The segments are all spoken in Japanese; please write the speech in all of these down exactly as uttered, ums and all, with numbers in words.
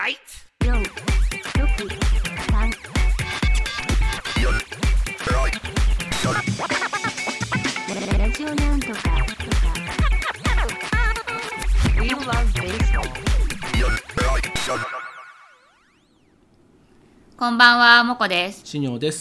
よん、ろく、さんラジオなんとかとか We love baseball。 こんばんは、もこです。 しにょうです。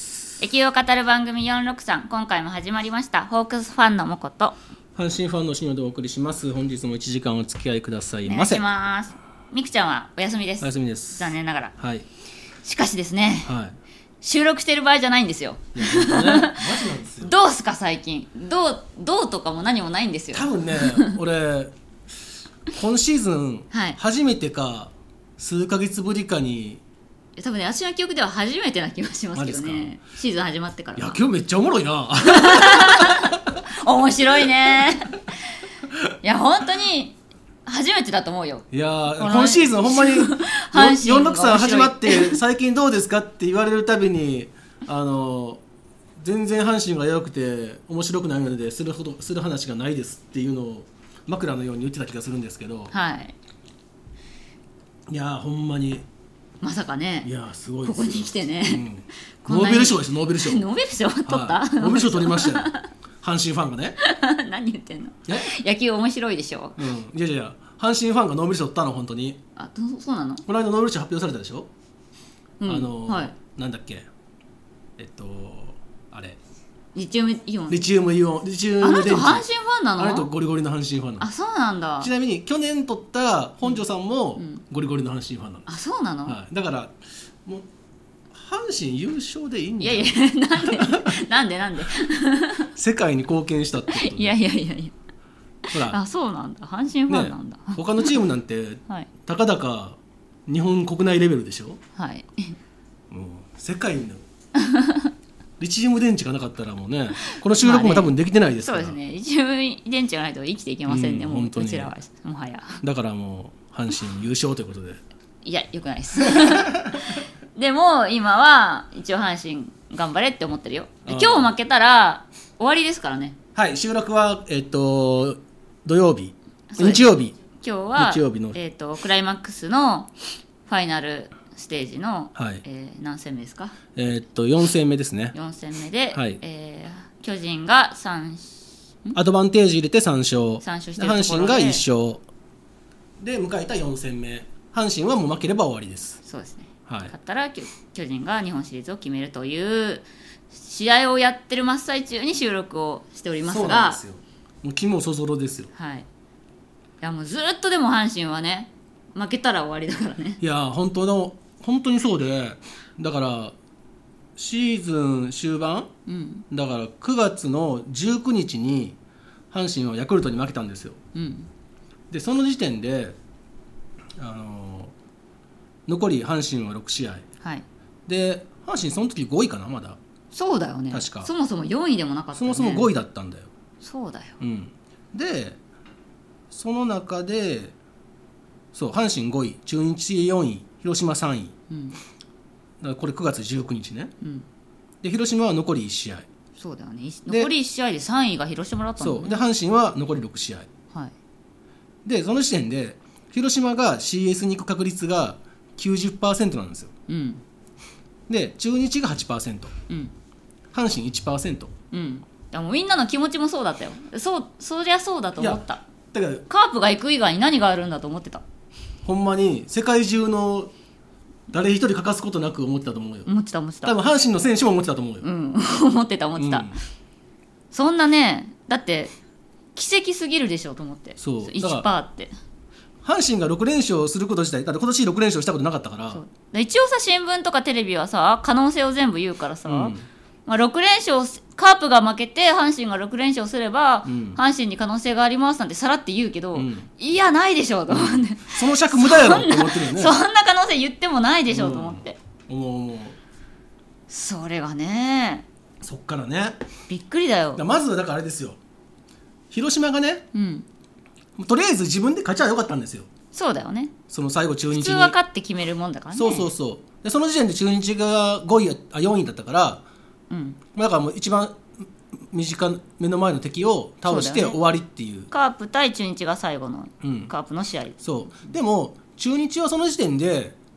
野球を語る番組よんろくさん、今回も始まりました。ホークスファンのもこと阪神ファンのしにょうでお送りします。本日もいちじかんお付き合いくださいませ。 お願いします。みくちゃんはお休みです。 お休みです。 残念ながら。 はい。 しかしですね、 はい、 収録してる場合じゃないんですよ。 いや本当ね、マジなんですよ。 どうすか最近。どうどうとかも何もないんですよ。 多分ね、俺今シーズン初めてか数ヶ月ぶりかに、 多分ね、私の記憶では初めてな気がしますけどね。シーズン始まってから。 野球めっちゃおもろいな。 面白いね。いや本当に初めてだと思うよ。 いや今シーズンほんまによんろくさん始まって最近どうですかって言われるたびにあの全然阪神が弱くて面白くないのでするほどする話がないですっていうのを枕のように言ってた気がするんですけど、 はい、 いやほんまにまさかね、 いやすごいですよ、 ここに来てね、 うん、ノーベル賞です。ノーベル賞ノーベル賞取った、 はい、ノーベル賞取りましたよ。阪神ファンがね。 何言ってんの。野球面白いでしょ。 うん、いやいやいや、阪神ファンがノーベル賞取ったの本当に。 あ、そうなの。 この間ノーベル賞発表されたでしょ、うん、あの、 はい、 なんだっけ、えっとあれリチウムイオンリチウムイオンリチウム電池。 あの人阪神ファンなの。 あの人ゴリゴリの阪神ファンなの。 あ、そうなんだ。 ちなみに去年取った本庄さんもゴリゴリの阪神ファンなの、うん、 あ、そうなの、 はい、だからもう阪神優勝でいいんじゃない。 いやいや、なんでなんでなんで世界に貢献したってことで。 いやいやいやいや、 ほら、 あ、そうなんだ、阪神ファンなんだ、ね、 他のチームなんて、 はい、 たかだか日本国内レベルでしょ。 はい、 もう世界のリチウム電池がなかったらもうね、この収録も多分できてないですから、 まあね、そうですね、リチウム電池がないと生きていけませんね、うん、もう本当にうちらはもはや。だからもう阪神優勝ということで。 いや、よくないですでも今は一応阪神頑張れって思ってるよ。今日負けたら終わりですからね。 はい、収録は、えっと、土曜日日曜日今日は日曜日の、 えー、とクライマックスのファイナルステージの、 はい、 えー、何戦目ですか。 えー、っとよん戦目ですね。 よん戦目で、 はい、 えー、巨人がさんアドバンテージ入れてさん勝、 さん勝してるところで阪神がいっ勝で迎えたよん戦目。阪神はもう負ければ終わりです。 そうですね、 はい、 勝ったら巨人が日本シリーズを決めるという試合をやってる真っ最中に収録をしておりますが、そうなんですよ。 もう肝そぞろですよ。 はい、いやもうずっとでも阪神はね負けたら終わりだからね。 いや本当の本当にそうで、だからシーズン終盤、うん、だからくがつのじゅうくにちに阪神はヤクルトに負けたんですよ、うん、でその時点であの残り阪神はろく試合、はい、で阪神その時ごいかな、まだ。そうだよね、確かそもそもよんいでもなかったよね。 そもそもごいだったんだよ。 そうだよ、 うん、でその中でそう阪神ごい、中日よんい、広島さんい、うん、だからこれくがつじゅうくにちね、うん、で広島は残りいち試合。 そうだよね、残りいち試合でさんいが広島だったんだよね。 そうで阪神は残りろく試合、はい、でその時点で広島が シーエス に行く確率が きゅうじゅっパーセント なんですよ、うん、で中日が はちパーセント、うん、阪神 いちパーセント、 うん、でもみんなの気持ちもそうだったよ。そう、そりゃそうだと思った。 だからカープが行く以外に何があるんだと思ってた。 ほんまに世界中の誰一人欠かすことなく思ってたと思うよ。 思ってた思ってた。 多分阪神の選手も思ってたと思うよ、 うん、思ってた思ってた、うん、そんなね、だって奇跡すぎるでしょと思って。そう いちパーセント って阪神がろく連勝すること自体、だって今年ろく連勝したことなかったから。 そう一応さ、新聞とかテレビはさ可能性を全部言うからさ、うんまあ、ろく連勝カープが負けて阪神がろく連勝すれば、うん、阪神に可能性がありますなんてさらって言うけど、うん、いやないでしょと思って、うん、 その尺無駄やろって思ってるよね。 そんな可能性言ってもないでしょと思って、 うん、思う思う。 それがね、 そっからねびっくりだよ。 だまずはだからあれですよ、広島がね、うん、とりあえず自分で勝ちゃよかったんですよ。 そうだよね、 その最後中日に普通は勝って決めるもんだからね。 そうそうそう。でその時点で中日がごいあよんいだったから、うん、だからもう一番短目の前の敵を倒して終わりっていう、 ね、カープ対中日が最後のカープの試合、うん、 そうでも中日はその時点で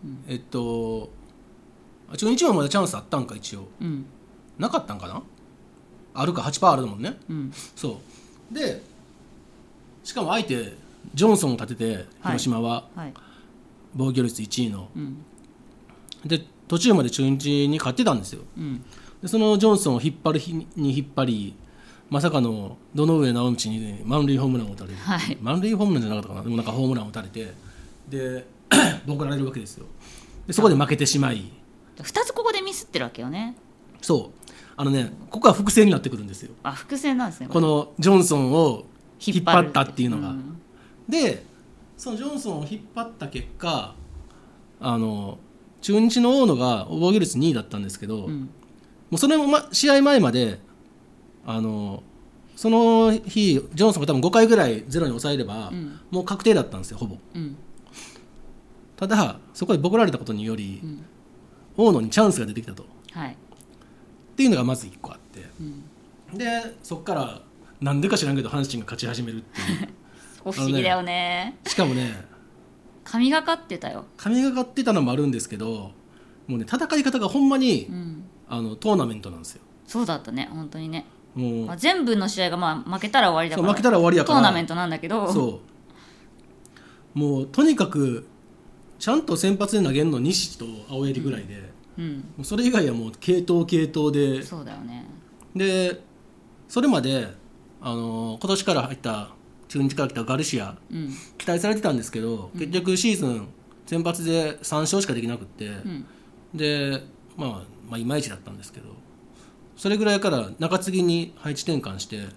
うん、えっと中日はまだチャンスあったんか一応、うん、なかったんかな、あるか はちパーセント あるもんね、うん、そうでしかも相手ジョンソンを立てて広島は、はいはい、防御率いちいの、うん、で途中まで中日に勝ってたんですよ、うん、でそのジョンソンを引っ張る日に引っ張りまさかの堂上直道に満塁ホームランを打たれる、はい、満塁ホームランじゃなかったかな、でもなんかホームランを打たれてでボコられるわけですよ。でそこで負けてしまいふたつここでミスってるわけよね。 そうあのねここは伏線になってくるんですよ。 あ伏線なんですね。 このジョンソンを引っ張ったっていうのが、うん、でそのジョンソンを引っ張った結果あの中日の大野が防御率にいだったんですけど、うん、もうそれも、ま、試合前まであのその日ジョンソンが多分ごかいぐらいゼロに抑えれば、うん、もう確定だったんですよほぼ、うん、ただそこでボコられたことにより、うん、大野にチャンスが出てきたと、はい、っていうのがまずいっこあって、うん、でそこからなんでか知らんけど阪神が勝ち始めるっていう不思議だよ ね, ねしかもね神がかってたよ。 神がかってたのもあるんですけどもうね戦い方がほんまに、うん、あのトーナメントなんですよ。 そうだったね本当にね。もう、まあ、全部の試合がまあ負けたら終わりだから負けたら終わりやからトーナメントなんだけどそうもうとにかくちゃんと先発で投げるの西と青柳ぐらいで、うんうん、もうそれ以外はもう継投継投でそうだよね。 でそれまで、あのー、今年から入った中日から来たガルシア、うん、期待されてたんですけど、うん、結局シーズン先発でさん勝しかできなくって、うん、で、まあ、まあいまいちだったんですけどそれぐらいから中継ぎに配置転換して、はい、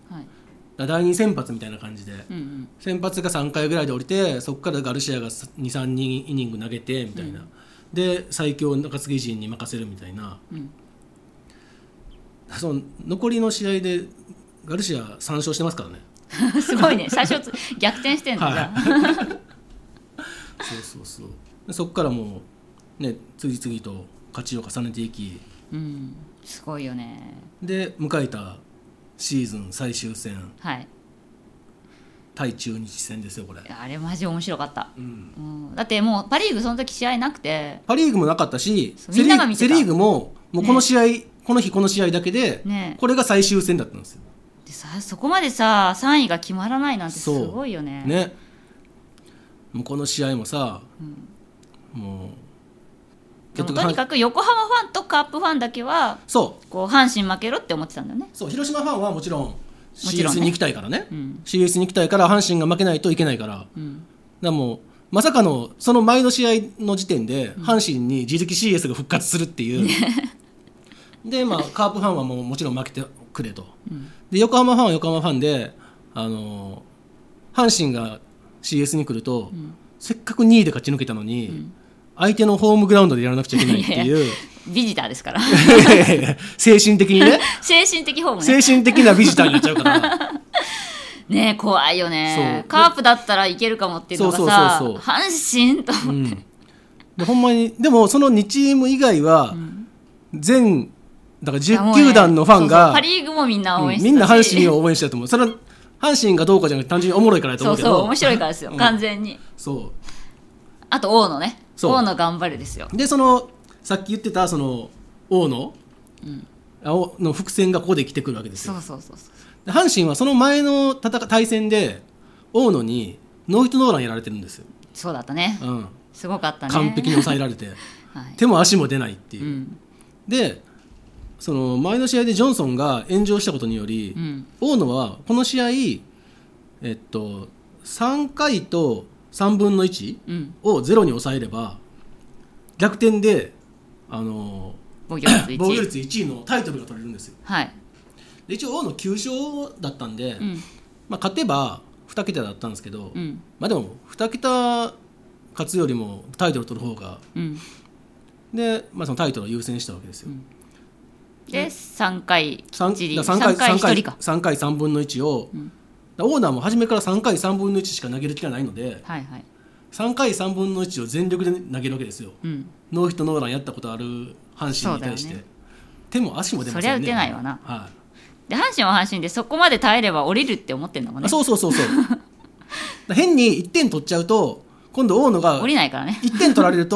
だいに先発みたいな感じで、うんうん、先発がさんかいぐらいで降りてそこからガルシアが にさん イニング投げてみたいな、うん、で最強中継ぎ陣に任せるみたいな、うん、その残りの試合でガルシアさん勝してますからねすごいね最初逆転してんだ、はい、 そうそうそうでそこからもうね次々と勝ちを重ねていき、 うん、すごいよね。 で迎えたシーズン最終戦、はい、対中日戦ですよこれ。 あれマジ面白かった、うんうん、だってもうパリーグその時試合なくてパリーグもなかったしセリーグ、セリーグももうこの試合、ね、この日この試合だけで、ね、これが最終戦だったんですよ。 でさそこまでささんいが決まらないなんてすごいよね。 ねもうこの試合もさ、うん、もうでもとにかく横浜ファンとカープファンだけはそうこう阪神負けろって思ってたんだよね。 そう広島ファンはもちろん シーエス に行きたいからね、うん、シーエス に行きたいから阪神が負けないといけないから、うん、だからもうまさかのその前の試合の時点で阪神に自力 シーエス が復活するっていう、うん、でまあカープファンはもうもちろん負けてくれと、うん、で横浜ファンは横浜ファンであの阪神が シーエス に来ると、うん、せっかくにいで勝ち抜けたのに、うん、相手のホームグラウンドでやらなくちゃいけないっていういやいやビジターですから精神的にね精神的ホームね精神的なビジターになっちゃうからねえ怖いよね。カープだったらいけるかもっていうのがさそうそうそうそう阪神と思って、うん、 でほんまにでもそのにチーム以外は全だからじゅっきゅうだんのファンが、ね、そうそうパリーグもみんな応援してたし、 うん、みんな阪神を応援してたと思う。それは阪神がどうかじゃなくて単純におもろいからやと思うけどそうそう面白いからですよ、うん、完全にそうあと大野ね大野頑張るですよ。 でそのさっき言ってたその大野、うん、の伏線がここで来てくるわけですよ。 そうそうそうそうで阪神はその前の戦対戦で大野にノーヒットノーランやられてるんですよ。 そうだったね、うん、すごかったね完璧に抑えられて、はい、手も足も出ないっていう、うん、でその前の試合でジョンソンが炎上したことにより、うん、大野はこの試合、えっと、さんかいとさんぶんのいちをゼロに抑えれば逆転で、あの防御率いちい防御率いちいのタイトルが取れるんですよ、 はい、 で一応大野きゅう勝だったんで、うんまあ、勝てばに桁だったんですけど、うんまあ、でもに桁勝つよりもタイトル取る方が、うん、で、まあ、そのタイトルを優先したわけですよ、うんでさんかいきっちりさんかいさんかいさんかいさんぶんのいちを、うん、オーナーも初めからさんかいさんぶんのいちしか投げる気がないので、はいはい、さんかいさんぶんのいちを全力で投げるわけですよ、うん、ノーヒットノーランやったことある阪神に対して、ね、手も足も出ませんね。 そりゃ打てないわな、はい、で阪神は阪神でそこまで耐えれば降りるって思ってんのもね。 そうそうそうそう変にいってん取っちゃうと今度大野が降りないからねいってん取られると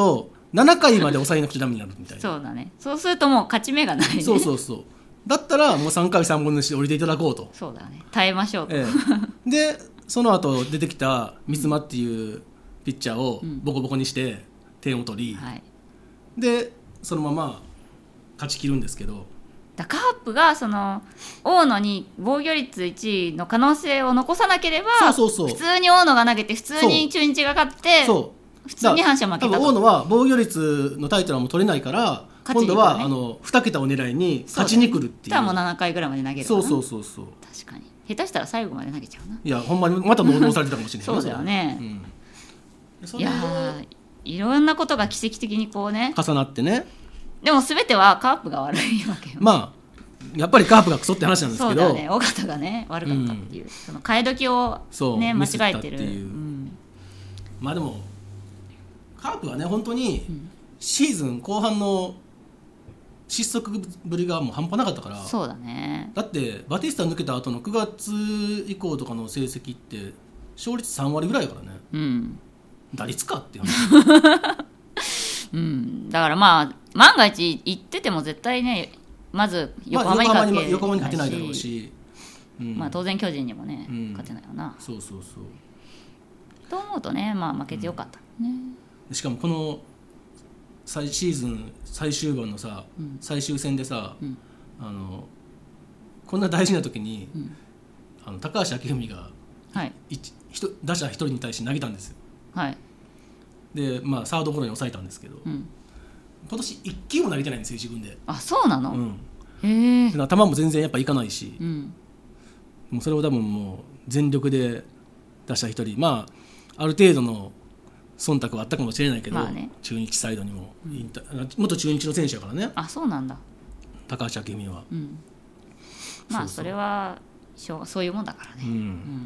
ななかいまで抑えなくちゃダメになるみたいな。 そうだね。そうするともう勝ち目がないね。 そうそうそう。だったらもうさんかいさんぶんのいちで降りていただこうと。 そうだね。耐えましょうと。 ええ、でその後出てきた三つ間っていうピッチャーをボコボコにして点を取り、 はい、 でそのまま勝ち切るんですけど、 だカープがその大野に防御率いちいの可能性を残さなければ、 そうそうそう、 普通に大野が投げて普通に中日が勝ってそう普通に阪神は負けたと。 多分大野は防御率のタイトルはもう取れないから、 勝ちに来るね、 今度はあのにけたを狙いに勝ちに来るっていう。 だね、もうななかいぐらいまで投げるかな。 そうそうそうそう。 確かに下手したら最後まで投げちゃうな。 いやほんまにまた能動されてたかもしれないそうだよね、うん、いやいろんなことが奇跡的にこうね重なってね。 でも全てはカープが悪いわけよ。 まあやっぱりカープがクソって話なんですけど、 そうだね、尾形がね悪かったっていう、うん、その替え時を、ね、間違えてるていう、 うん、 まあでもカープはね本当にシーズン後半の失速ぶりがもう半端なかったから。 そうだね。 だってバティスタ抜けた後のくがつ以降とかの成績って勝率さんわりぐらいだからね、うん、打率かっていううん、だからまあ万が一行ってても絶対ねまず横浜に勝てないし、 横浜に勝てないだろうし、 うん、まあ当然巨人にもね、 うん、 勝てないよな。 そうそうそうと思うとね、まあ負けてよかった、ね、 うん、しかもこのシーズン最終盤のさ、うん、最終戦でさ、うん、あのこんな大事な時に、うん、あの高橋明文が、はい、打者ひとりに対して投げたんですよ、はい、で、まあ、サードゴロに抑えたんですけど、うん、今年いっきゅうも投げてないんですよ自分で。 あ、そうなの、うん、 へえ。球も全然やっぱいかないし、うん、もうそれを多分もう全力で打者ひとり、まあある程度の忖度はあったかもしれないけど、まあね、中日サイドにも、うん、元中日の選手だからね。 あ、そうなんだ高橋明美は、うん、 まあそれはそういうもんだからね、うんうん、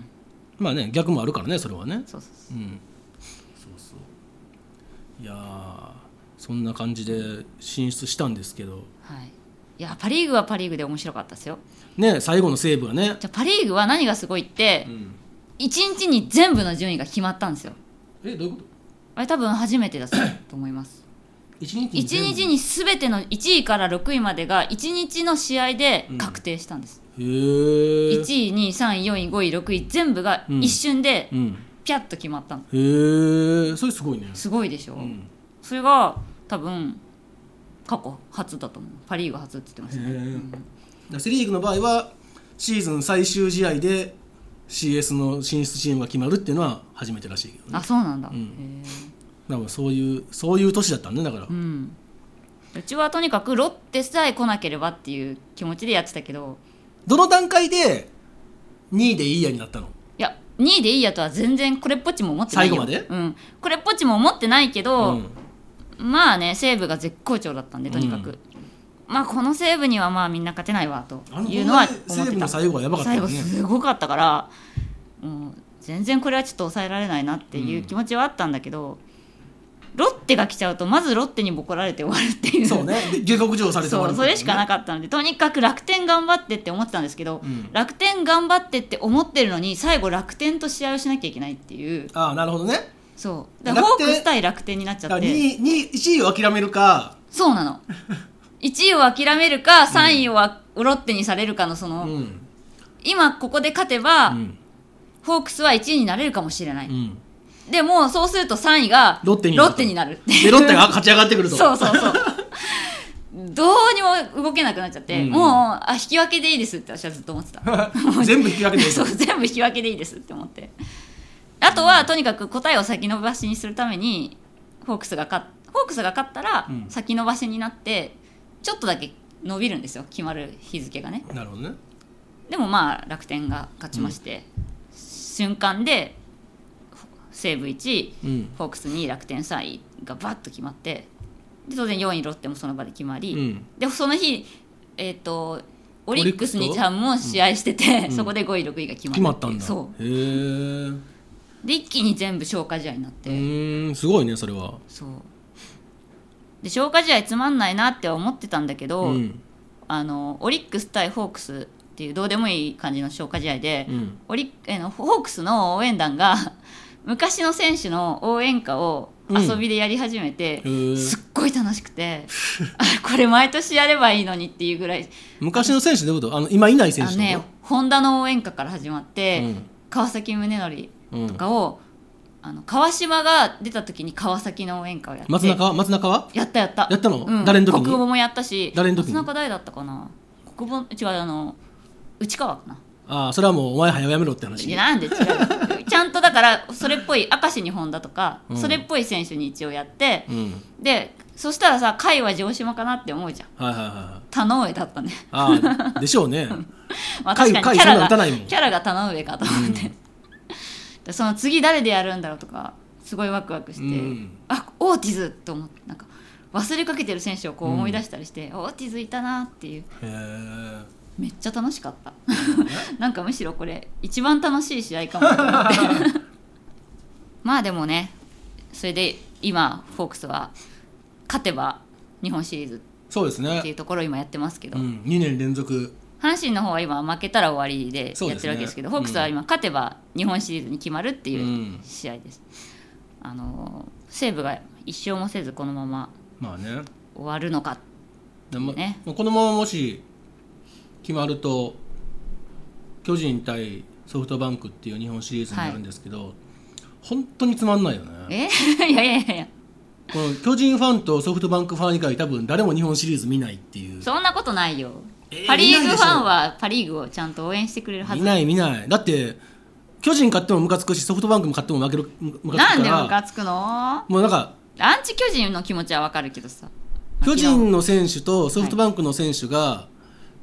まあね逆もあるからねそれはね。 そうそうそう、うん、 そうそう。いやそんな感じで進出したんですけど、はい、 いやパ・リーグはパ・リーグで面白かったですよね。最後のセーブはね。 じゃパ・リーグは何がすごいって、うん、いちにちに全部の順位が決まったんですよ。 え、どういうこと？あれ多分初めてだと思いますいちにちに全てのいちいからろくいまでがいちにちの試合で確定したんです、うん、へー。いちいにいさんいよんいごいろくい全部が一瞬でピャッと決まったの、うん、へえ。それすごいね。 すごいでしょ、うん、それが多分過去初だと思う。パ・リーグ初って言ってましたね、 うん、セ・リーグの場合はシーズン最終試合で シーエス の進出チームが決まるっていうのは初めてらしいけどね。 あ、そうなんだ、うん、へだからそういうそういう年だったんね。だから、うん、 うちはとにかくロッテさえ来なければっていう気持ちでやってたけど。 どの段階でにいでいいやになったの？ いやにいでいいやとは全然これっぽっちも思ってないよ。 最後まで、 うん、これっぽっちも思ってないけど、うん、まあね西武が絶好調だったんでとにかく、うん、まあこの西武にはまあみんな勝てないわというのは思ってた。 西武の最後はやばかったね。 最後すごかったから、うん、全然これはちょっと抑えられないなっていう気持ちはあったんだけど、うん、ロッテが来ちゃうとまずロッテにボコられて終わるっていう。 そうね、下克上されて終わる、ね、 そうそれしかなかったのでとにかく楽天頑張ってって思ってたんですけど、うん、楽天頑張ってって思ってるのに最後楽天と試合をしなきゃいけないっていう。 ああなるほどね。 そうだからホークス対楽天になっちゃってにいいちいを諦めるか。 そうなのいちいを諦めるかさんいをロッテにされるかのその、うん、今ここで勝てば、うん、ホークスはいちいになれるかもしれない、うん、でもそうするとさんいがロッテになる、ロッテになるでロッテが勝ち上がってくるとそうそうそうどうにも動けなくなっちゃって、うん、もうあ引き分けでいいですって私はずっと思ってた全部引き分けでいいそう全部引き分けでいいですって思って、あとは、うん、とにかく答えを先延ばしにするためにホークスが勝っホークスが勝ったら先延ばしになってちょっとだけ伸びるんですよ決まる日付がね。 なるほどね。 でもまあ楽天が勝ちまして、うん、瞬間で西武いちい、うん、ホークスにい楽天さんいがバッと決まってで当然よんいロッテもその場で決まり、うん、でその日、えー、とオリックスにちゃんも試合してて、うん、そこでごいろくいが決まった。 決まったんだ。 そうへー。 で一気に全部消化試合になって。 うーんすごいねそれは。 そうで消化試合つまんないなって思ってたんだけど、うん、あのオリックス対ホークスっていうどうでもいい感じの消化試合で、うん、オリえのホークスの応援団が昔の選手の応援歌を遊びでやり始めて、 うん、 すっごい楽しくてあこれ毎年やればいいのにっていうぐらい。 昔の選手どういうこと？あの今いない選手あのね、ホンダの応援歌から始まって、うん、川崎宗則とかを、うん、あの川島が出た時に川崎の応援歌をやって、 松中松中はやったやったやったの、 うん、 誰の時に？ 国母もやったし、 誰の時に？ 松中誰だったかな、国母違うあの内川かな。 ああ、それはもうお前早やめろって話。 いやなんで違うちゃんとだからそれっぽい明石に本田とか、うん、それっぽい選手に一応やって、うん、でそしたらさ甲斐は城島かなって思うじゃん。はいはいはい。田上だったね。ああでしょうねまあ確かにキャラがキャラが田上かと思って、うん、でその次誰でやるんだろうとかすごいワクワクして、うん、あオーティズと思ってなんか忘れかけてる選手をこう思い出したりして、うん、オーティズいたなっていう。へーめっちゃ楽しかったなんかむしろこれ一番楽しい試合かもってまあでもねそれで今フォークスは勝てば日本シリーズっていうところを今やってますけど、 うん、にねん連続。 阪神の方は今負けたら終わりでやってるわけですけど、ね、フォークスは今勝てば日本シリーズに決まるっていう試合です、うん、あの西武が一勝もせずこのまま終わるのかっていうね、 ま、このままもし決まると巨人対ソフトバンクっていう日本シリーズになるんですけど、はい、本当につまんないよね。 えいやいやいやいやこの巨人ファンとソフトバンクファン以外多分誰も日本シリーズ見ないっていう。 そんなことないよ、えー、パリーグファンはパリーグをちゃんと応援してくれるはず。 見ない見ない。だって巨人勝ってもムカつくしソフトバンクも勝っても負けるムカつくから。 なんでムカつくの？ もうなんかアンチ巨人の気持ちは分かるけどさ、 巨人の選手とソフトバンクの選手が、はい、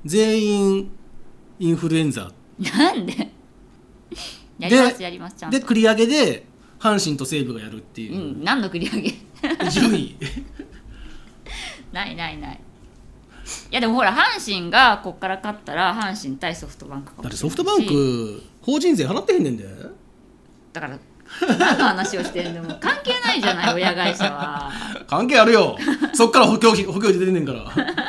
全員インフルエンザなんでやりますやりますちゃんとで繰り上げで阪神と西武がやるっていう、 うん、何の繰り上げ順位ないないない。いやでもほら阪神がこっから勝ったら阪神対ソフトバンクかもしれないし、 だってソフトバンク法人税払ってへんねんで。 だから何の話をしてるんでも関係ないじゃない親会社は。 関係あるよそっから補強費補強費出てんねんから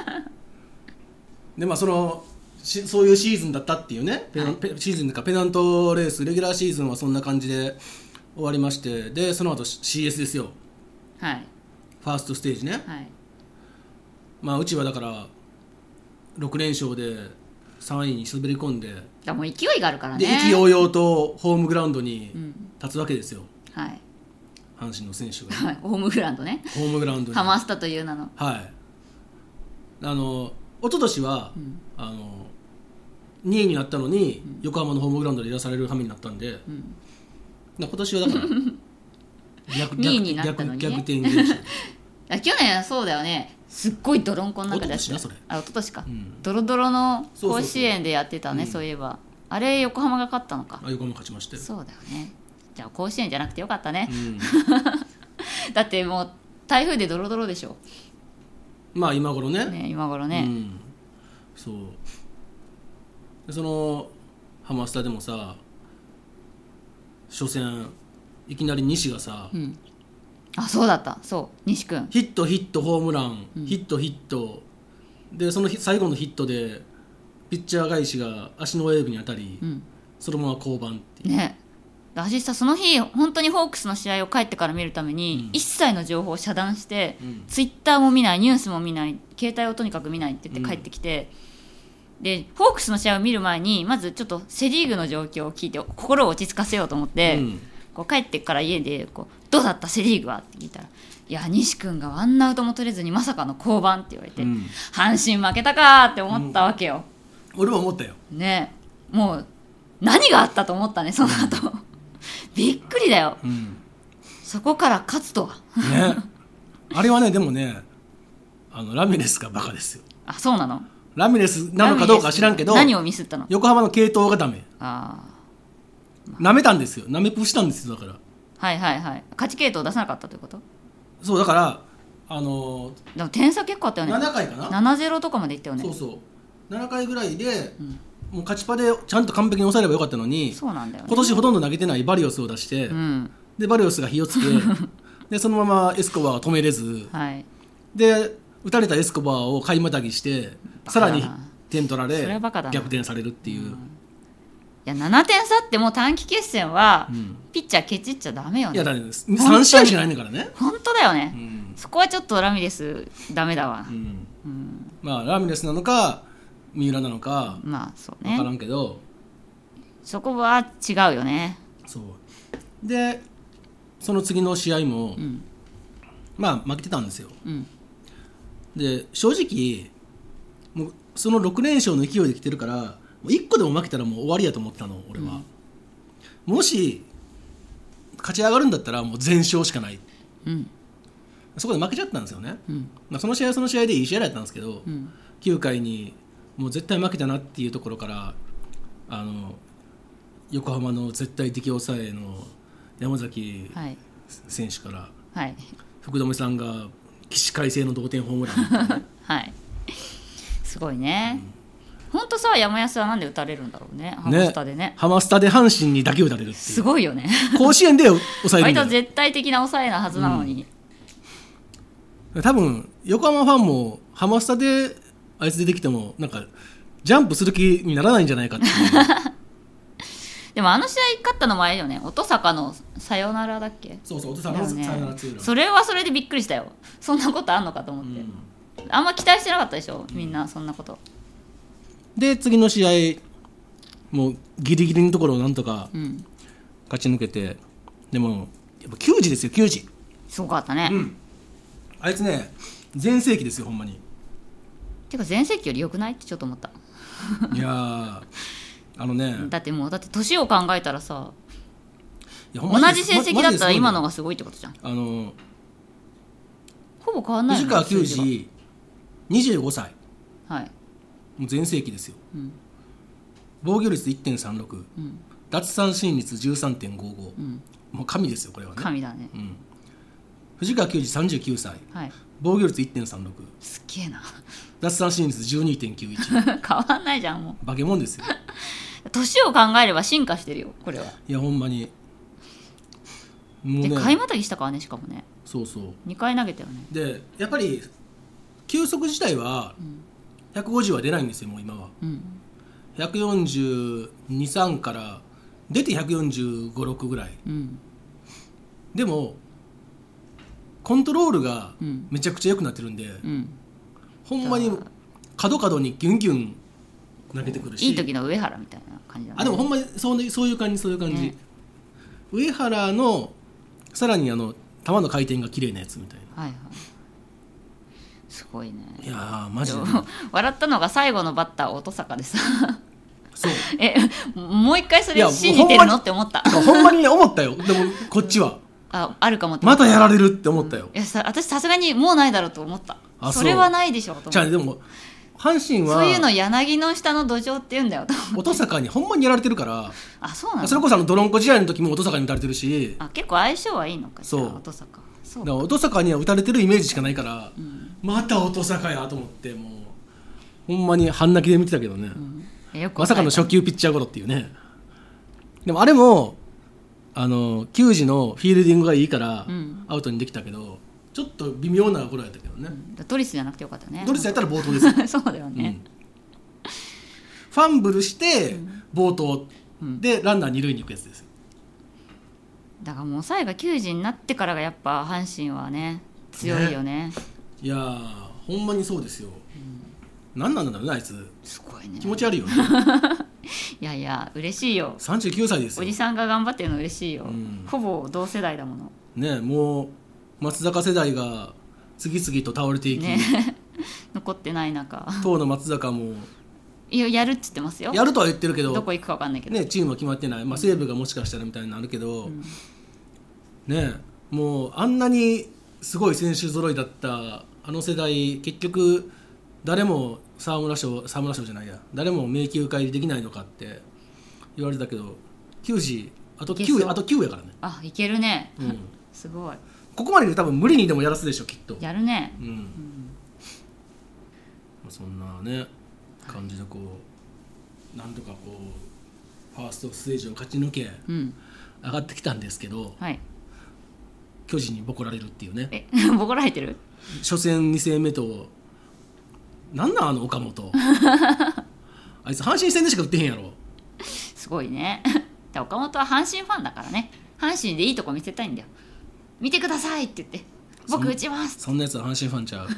でまあそのそういうシーズンだったっていうね、ペナ、はい、シーズンかペナントレースレギュラーシーズンはそんな感じで終わりまして、でその後 シーエス ですよ、はい、ファーストステージね、はい、まあうちはだからろく連勝でさんいに滑り込んで、 だもう勢いがあるからね。 で意気揚々とホームグラウンドに立つわけですよ、うん、はい、阪神の選手が、 はい、ホームグラウンドね、 ホームグラウンドにハマスタという名の、 はい、あの一昨年は、うん、あのにいになったのに、うん、横浜のホームグラウンドで出される羽目になったんで、うん、今年はだから逆にいになったのに、ね、 逆転現象去年はそうだよね、すっごい泥んこの中でやってた。あ、一昨年か、うん、ドロドロの甲子園でやってたね。そうそうそう、そういえばあれ横浜が勝ったのか。 あ、横浜勝ちましたよ。 そうだよね。じゃあ甲子園じゃなくてよかったね、うん、だってもう台風でドロドロでしょ。 まあ今頃 ね, ね今頃ね、うん、 そうでそのハマスタでもさ初戦いきなり西がさ、うん、 あそうだったそう西君ヒットヒットホームラン、うん、ヒットヒットでその最後のヒットでピッチャー返しが足の親指に当たり、うん、そのまま降板っていうね。私さその日本当にホークスの試合を帰ってから見るために、うん、一切の情報を遮断して、うん、ツイッターも見ないニュースも見ない携帯をとにかく見ないって言って帰ってきて、うん、でホークスの試合を見る前にまずちょっとセリーグの状況を聞いて心を落ち着かせようと思って、うん、こう帰ってから家でこうどうだったセリーグはって聞いたら、いや西君がワンアウトも取れずにまさかの降板って言われて、うん、阪神負けたかって思ったわけよ、 うん、俺も思ったよね。もう何があったと思ったねその後、うんびっくりだよ、うん、そこから勝つとはね。あれはねでもねあのラミレスがバカですよ。 あそうなの。 ラミレスなのかどうか知らんけど何をミスったの。 横浜の継投がダメ。あなめたんですよ。なめプしたんですよ。だからはいはいはい勝ち継投出さなかったということ。 そうだからあのー、 でも点差結構あったよね。 ななかいかなななたいゼロ とかまでいったよね。 そうそうななかいぐらいで、うんもう勝ちパでちゃんと完璧に抑えればよかったのに、 そうなんだよね、 今年ほとんど投げてないバリオスを出して、うん、でバリオスが火をつけでそのままエスコバーは止めれず、はい、で打たれたエスコバーを買いまたぎしてさらに点取られ逆転されるっていう、うん、 やななてん差ってもう短期決戦は、 うん、 ピッチャーケチっちゃダメよね。 いやだねさん試合しかないんだからね。 本当だよね、 うん、 そこはちょっとラミレスダメだわ、 うんうん、 まあラミレスなのか三浦なのかまあそうね分からんけど、 そこは違うよね。 そうでその次の試合も、うん、まあ負けてたんですよ、うん、で正直もうそのろく連勝の勢いで来てるからもういっこでも負けたらもう終わりやと思ってたの俺は、うん、もし勝ち上がるんだったらもう全勝しかない、うん、そこで負けちゃったんですよね、うんまあ、その試合はその試合でいい試合だったんですけど、うん、きゅうかいにもう絶対負けたなっていうところからあの横浜の絶対的抑えの山崎選手から、はい、福留さんが起死回生の同点ホームラン、ねはいすごいね、うん、ほんとさ山安はなんで打たれるんだろうねハマスタで ね, ねハマスタで阪神にだけ打たれるっていうすごいよね甲子園で抑えるんだよ割と絶対的な抑えなはずなのに、 うん、多分横浜ファンもハマスタであいつ出てきてもなんかジャンプする気にならないんじゃないかっていうでもあの試合勝ったのもあれよね音坂のサヨナラだっけ。 そうそう音坂のサヨナラツーラン、 それはそれでびっくりしたよ。そんなことあんのかと思って、うん、あんま期待してなかったでしょみんなそんなことで次の試合もうギリギリのところをなんとか勝ち抜けて、うん、でもやっぱきゅうじですよきゅうじすごかったね、うん、 あいつね全盛期ですよほんまに。 てか全盛期より良くないってちょっと思ったいやあのねだってもうだって年を考えたらさいや同じ成績だったら今のがすごいってことじゃん。 あのほぼ変わんないよね。 藤川球児にじゅうごさい、 はい、 もう全盛期ですよ、うん、防御率 いってんさんろく、うん、奪三振率 じゅうさんてんごご、うん、もう神ですよこれはね。 神だね、うん、 藤川球児さんじゅうきゅうさい、はい、防御率 いってんさんろくすっげえな奪三振率 じゅうにてんきゅういち変わんないじゃんもう化け物ですよ年を考えれば進化してるよこれは。 いやほんまにもう、ね、で回またぎしたからねしかもね。 そうそうにかい投げたよね。 でやっぱり球速自体はひゃくごじゅうは出ないんですよもう今は、うん、ひゃくよんじゅうに、さんから出てひゃくよんじゅうご、ろくぐらい、うん、でもコントロールがめちゃくちゃ良くなってるんで、うん、ほんまに角々にギュンギュン投げてくるしいい時の上原みたいな感じだね。 あでもほんまにそうそういう感じそういう感じ、ね、上原のさらにあの球の回転が綺麗なやつみたいな、はいはい、 すごいね。 いやマジで笑ったのが最後のバッター音坂でさそうえもう一回それ信じてるのって思った。 ほんまに、ね、思ったよ。でもこっちはあ, あるかもってまたやられるって思ったよ、 うん、いやさ私さすがにもうないだろうと思った。そ, それはないでしょと思って。 じゃあでも阪神はそういうの柳の下の土壌って言うんだよ音坂にほんまにやられてるからあそうなの。 それこそあのドロンコ試合の時も音坂に打たれてるしあ結構相性はいいのか。そう音坂そうだから音坂には打たれてるイメージしかないから、うん、また音坂やと思ってもうほんまに半泣きで見てたけどね、うん、まさかの初球ピッチャーゴロっていうね。でもあれもあの球児のフィールディングがいいからアウトにできたけど、うん、ちょっと微妙なゴロやったけどね、 うん、トリスじゃなくてよかったね。 トリスやったら暴投ですそうだよね、 うん、ファンブルして暴投、うん、でランナー二塁に行くやつです。 だからもう最後球児になってからがやっぱ阪神はね強いよ ね, ねいやーほんまにそうですよ、うん、何なんだろうねあいつすごいね。 気持ち悪いよねいやいや嬉しいよ。 さんじゅうきゅうさいですよ。 おじさんが頑張ってるの嬉しいよ、うん、ほぼ同世代だものね。もう松坂世代が次々と倒れていき、ね、 残ってない中当の松坂もいややるっつってますよ。 やるとは言ってるけどどこ行くか分かんないけど、 ね、チームは決まってない、まあ、西武がもしかしたらみたいなのあるけど、うんね、もうあんなにすごい選手揃いだったあの世代結局誰も沢村賞沢村賞じゃないや誰も迷宮入りできないのかって言われたけど球児あと 9, あときゅうやからね。 あいけるね、 うん、 すごい。 ここまでで多分無理にでもやらすでしょきっと。 やるね、うんうんまあ、そんなね感じでこうなんとかこうファーストステージを勝ち抜け、うん、上がってきたんですけど、はい、巨人にボコられるっていうね。 えボコられてる。 初戦に戦目となんなんあの岡本あいつ阪神戦でしか打ってへんやろ。 すごいねで岡本は阪神ファンだからね、阪神でいいとこ見せたいんだよ。見てくださいって言って僕打ちますそんなやつは阪神ファンちゃう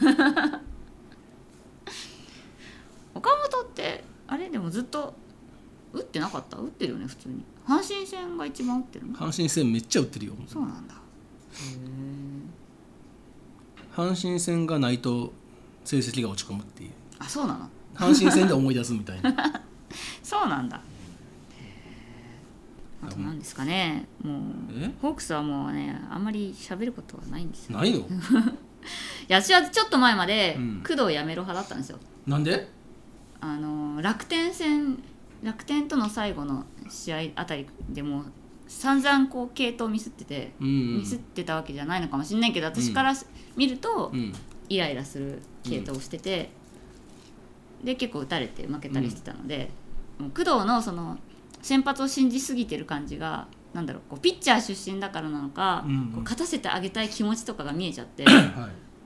岡本ってあれでもずっと打ってなかった？打ってるよね普通に。阪神戦が一番打ってるの？ 阪神戦めっちゃ打ってるよ。 そうなんだ。へ阪神戦がないと成績が落ち込むっていう。 あ、そうなの？ 阪神戦で思い出すみたいなそうなんだ。あと何ですかね、もうホークスはもうねあんまり喋ることはないんですよ。 ないの？いや私はちょっと前まで、 うん、 工藤やめろ派だったんですよ。 なんで？ あの楽天戦楽天との最後の試合あたりでも散々こう系統ミスってて、うんうん、ミスってたわけじゃないのかもしれないけど私から見ると、うん、イライラする系統をしてて、うん、で結構打たれて負けたりしてたので、うん、工藤のその先発を信じすぎてる感じがなんだろう、こうピッチャー出身だからなのか、うんうん、こう勝たせてあげたい気持ちとかが見えちゃって、はい、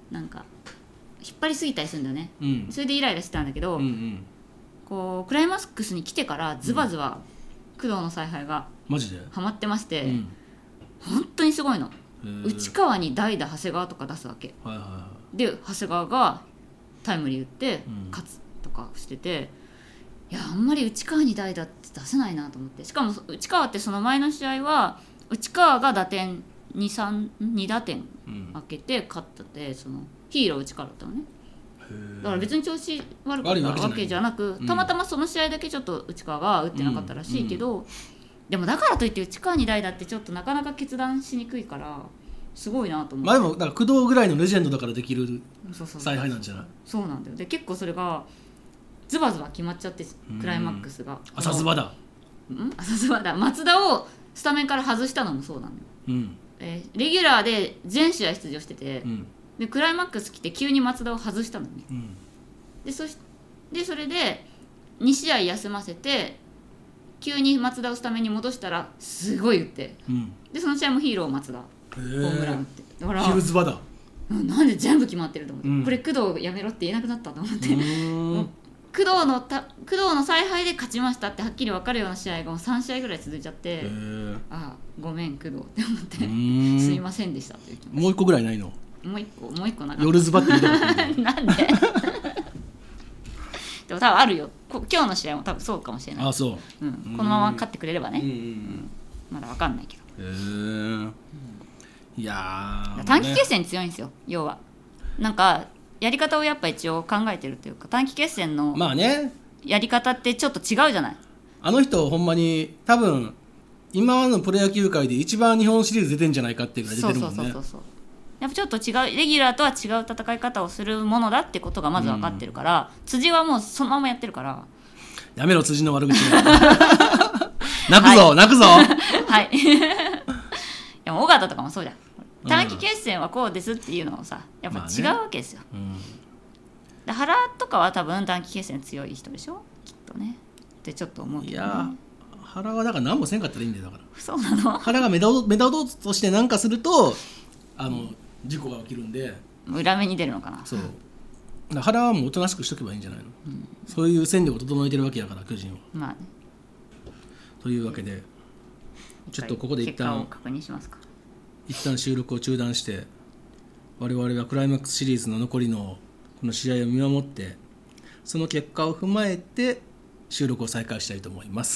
なんか引っ張りすぎたりするんだよね、うん、それでイライラしてたんだけど、うんうん、こうクライマックスに来てからズバズバ、うん、工藤の采配がマジでハマってまして、うん、本当にすごいの。内川に代打長谷川とか出すわけ、はいはいはい、で長谷川がタイムリー打って勝つとかしてて、うん、いやあんまり内川に代打って出せないなと思って。しかも内川ってその前の試合は内川が打点 に, さんに打点開けて勝ったって、そのヒーロー内川だったのね。だから別に調子悪かったわけじゃなく、たまたまその試合だけちょっと内川が打ってなかったらしいけど、うんうん、でもだからといって内川に代打ってちょっとなかなか決断しにくいからすごいなと思って。 まあでもだから工藤ぐらいのレジェンドだからできる采配なんじゃない？ そうなんだよ。で結構それがズバズバ決まっちゃって、クライマックスが朝ズバだん朝ズバだ松田をスタメンから外したのもそうなのよ、うんえー、レギュラーで全試合出場してて、うん、でクライマックス来て急に松田を外したのね、うん、で, そしでそれでに試合休ませて急に松田をスタメンに戻したらすごい打って、うん、でその試合もヒーロー松田ホームラン打って、だからヒルズバだなんで全部決まってると思って、うん、これ工藤やめろって言えなくなったと思ってもう工藤のた工藤の采配で勝ちましたってはっきり分かるような試合がもうさん試合ぐらい続いちゃって、ああごめん工藤って思ってすいませんでしたって言ってました。 もう一個ぐらいないの？ もう一個もう一個なかった。 夜ズバって言いたかったなんででも多分あるよ。今日の試合も多分そうかもしれない。 あそう、 うん、このまま勝ってくれればね、うんうん、まだ分かんないけど。へえ、 うん、いやー短期決戦に強いんですよ。要はなんかやり方をやっぱ一応考えてるというか、短期決戦のやり方ってちょっと違うじゃない。 あの人ほんまに多分今のプロ野球界で一番日本シリーズ出てんじゃないかっていうぐらい出てるもんね。そうそうそうそう、やっぱちょっと違う、レギュラーとは違う戦い方をするものだってことがまず分かってるから、うん、辻はもうそのままやってるから。 やめろ辻の悪口泣くぞ、はい、泣くぞはいでも尾形とかもそうじゃん。短期決戦はこうですっていうのをさやっぱ違うわけですよ、まあね、うん、で原とかは多分短期決戦強い人でしょきっとねってちょっと思うけど、ね、いや原はだから何もせんかったらいいんだよ。だからそうなの。 原が目立とうとして何かするとあの事故が起きるんで裏目に出るのかな。そうだ原はもうおとなしくしとけばいいんじゃないの、うん、そういう戦力を整えてるわけだから巨人は。まあね。というわけでちょっとここで一旦結果を確認しますか。 一旦収録を中断して我々はクライマックスシリーズの残りのこの試合を見守ってその結果を踏まえて収録を再開したいと思います。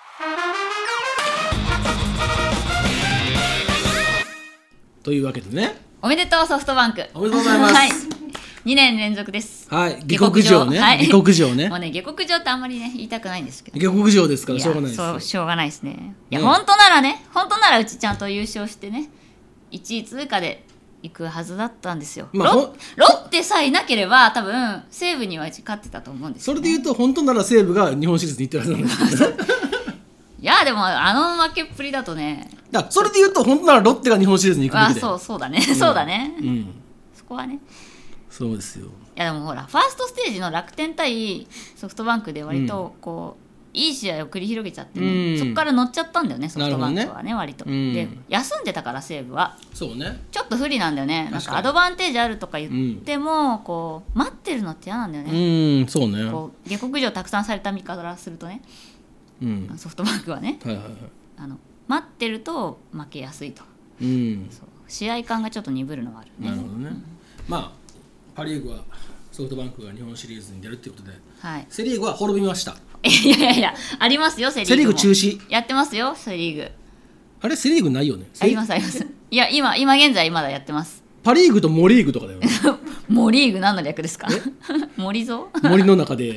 というわけでね、 おめでとうソフトバンク。 おめでとうございます、はい、 にねん連続です。 はい、下克上ね、はい、下克上ね。 もうね下克上ってあんまりね言いたくないんですけど、 下克上ですからしょうがないです。 そうしょうがないですね。いや、ね、本当ならね本当ならうちちゃんと優勝してねいちい通過で行くはずだったんですよ、まあ、ロ, ロッテさえいなければ多分西武にはうち勝ってたと思うんですよ、ね、 それでいうと本当なら西武が日本シリーズに行ってるはずなんですけどいやでもあの負けっぷりだとね、 だそれでいうと本当ならロッテが日本シリーズに行くべきで。 あそうそうだね、うん、そうだね、うん、そこはねそうですよ。 いやでもほらファーストステージの楽天対ソフトバンクで割とこう、うんいい試合を繰り広げちゃって、ねうん、そこから乗っちゃったんだよねソフトバンクは ね, ね割と、うん、で休んでたから西武はそうねちょっと不利なんだよね。なんかアドバンテージあるとか言っても、うん、こう待ってるのって嫌なんだよね。 うんそうね。 こう下克上たくさんされた身からするとねうん、 ソフトバンクはね、 はいはいはい、 あの待ってると負けやすいと、 うん、 そう試合感がちょっと鈍るのがあるね。 なるほどね、うん、まあパ・リーグはソフトバンクが日本シリーズに出るっていうことで、はい、セ・リーグは滅びました。 いやいやいやありますよ、セ・リーグもセ・リーグ中止やってますよ、セ・リーグ。 あれセ・リーグないよね。 ありますあります。いや今今現在まだやってます。 パ・リーグとモリーグとかだよね。 モリーグ何の略ですか？森蔵？ 森の中で。 い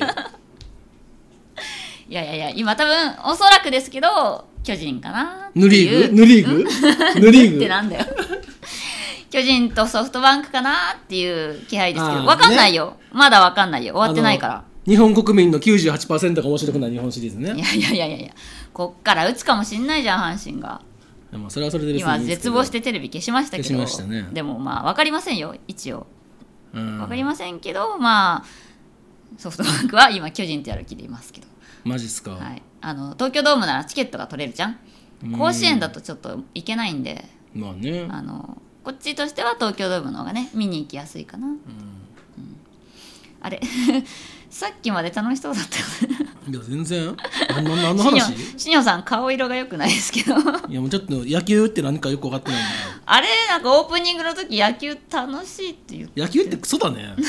やいやいや今多分おそらくですけど巨人かなっていう。 ヌリーグヌリーグヌリーグってなんだよ。巨人とソフトバンクかなっていう気配ですけど、分かんないよ、ね、まだ分かんないよ、終わってないから。 日本国民の きゅうじゅうはちパーセント が面白くない日本シリーズね。 いやいやいやいやいや、こっから打つかもしんないじゃん阪神が。 まあそれはそれで別に今絶望してテレビ消しましたけど、 消しましたね、 でもまあ分かりませんよ一応、うん、分かりませんけど、まあソフトバンクは今巨人とやる気でいますけど。 マジっすか。 はい、あの東京ドームならチケットが取れるじゃん。甲子園だとちょっと行けないんで、 まあね、 あのこっちとしては東京ドームの方がね見に行きやすいかな、うんうん、あれさっきまで楽しそうだったよね。 いや全然何の何の話？ しにょさん顔色が良くないですけど。 いやもうちょっと野球って何かよく分かってないんだよ。 あれなんかオープニングの時野球楽しいって言って、 野球ってクソだね。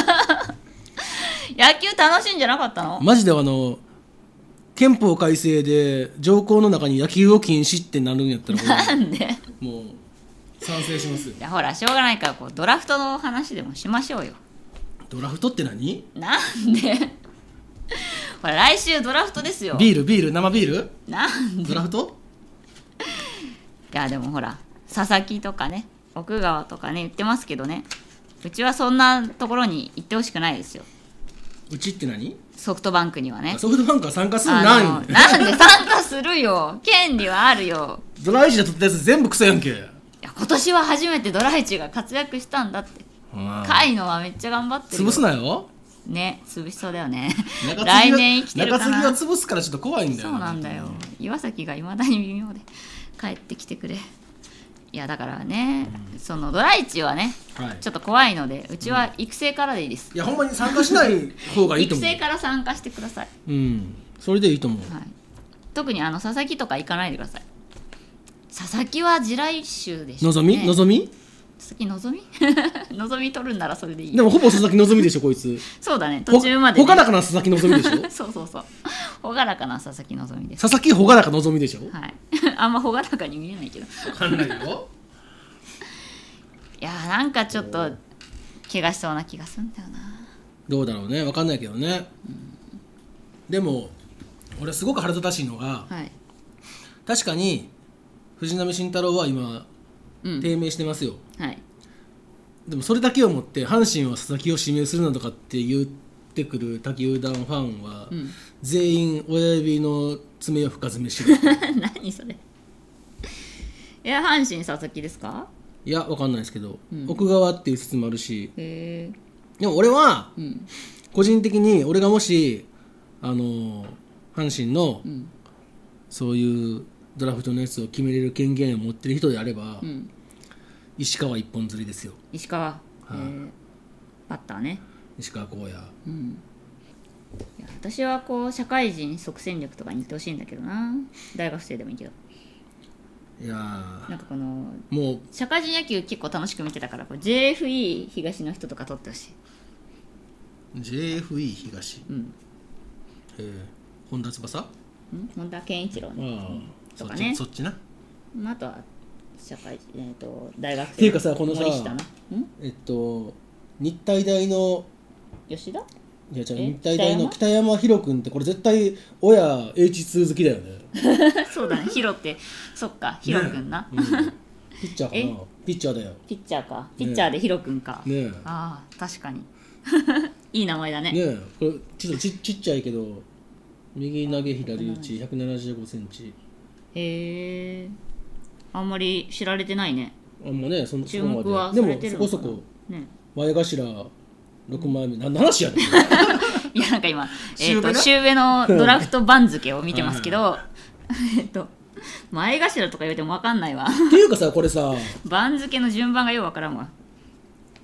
野球楽しいんじゃなかったの？ マジであの憲法改正で条項の中に野球を禁止ってなるんやったらなんでもう賛成しますよ。 いやほらしょうがないからこうドラフトの話でもしましょうよ。 ドラフトって何？ なんでほら来週ドラフトですよ。 ビールビール生ビールなんでドラフト？ いやでもほら佐々木とかね奥川とかね言ってますけどね、うちはそんなところに行ってほしくないですよ。 うちって何？ ソフトバンクにはね。 ソフトバンクは参加するのなんで参加するよ、権利はあるよ。 ドライチで取ったやつ全部クソやんけ。いや今年は初めてドライチが活躍したんだって。甲斐野はめっちゃ頑張ってるよ。 潰すなよね、潰しそうだよね。来年生きてるかな。 中継ぎは潰すからちょっと怖いんだよ。 そうなんだよ、岩崎がいまだに微妙で帰ってきてくれ。いやだからね、うん、そのドライチはね、はい、ちょっと怖いのでうちは育成からでいいです、 うん、いやほんまに参加しない方がいいと思う。 育成から参加してください。 うんそれでいいと思う、 はい、特にあの佐々木とか行かないでください。佐々木は地雷臭でしょ、ね、 のぞみのぞみ佐々木のぞみのぞみ取るんならそれでいい。 でもほぼ佐々木のぞみでしょこいつ。 そうだね途中まで、ね、 ほがらかな佐々木のぞみでしょ。 そうそうそうほがらかな佐々木のぞみです。 佐々木ほがらかのぞみでしょ。 はいあんまほがらかに見えないけど分かんないよ。 いやなんかちょっと怪我しそうな気がするんだよな。 どうだろうね分かんないけどね、うん、でも俺すごく腹立たしいのが、はい、確かに藤浪晋太郎は今、うん、低迷してますよ、はい、でもそれだけをもって阪神は佐々木を指名するなとかって言ってくる他球団ファンは、うん、全員親指の爪を深爪しろ。 何それ。いや阪神佐々木ですか。 いや分かんないですけど、うん、奥川っていう説もあるし。へでも俺は、うん、個人的に俺がもしあの阪神の、うん、そういうドラフトのやつを決めれる権限を持ってる人であれば、うん、石川一本釣りですよ。 石川、はあ、バッターね石川昂弥、うん、 いや私はこう社会人即戦力とかに行ってほしいんだけどな。大学生でもいいけど。いやなんかこのもう社会人野球結構楽しく見てたからこう ジェーエフイー 東の人とか取ってほしい。 ジェーエフイー 東、うん、えー、本田翼ん本田健一郎、ね、 あとかねそっち、そっちな、 あとは社会、えー、と大学生っていうかさこのさえっと日体大の吉田いやじゃ日体大の北山ヒロ君ってこれ絶対親 エイチツー 好きだよね。 そうだねヒロってそっかヒロ君な、ねうん、 ピッチャーかな。ピッチャーだよ。 ピッチャーかピッチャーでヒロ君か、ね、ああ確かにいい名前だね。 ねこれちょっと ち, ちっちゃいけど右投げ左打ちひゃくななじゅうごセンチ。 へえあんまり知られてないね。 あんまねその注目はされてるのかな。 でもそこそこ、ね、前頭ろくまいめ、うん、何の話やねん。 いやなんか今えーとシュウベのドラフト番付を見てますけどえっと前頭とか言われても分かんないわ。 っていうかさこれさ番付の順番がよう分からんわ。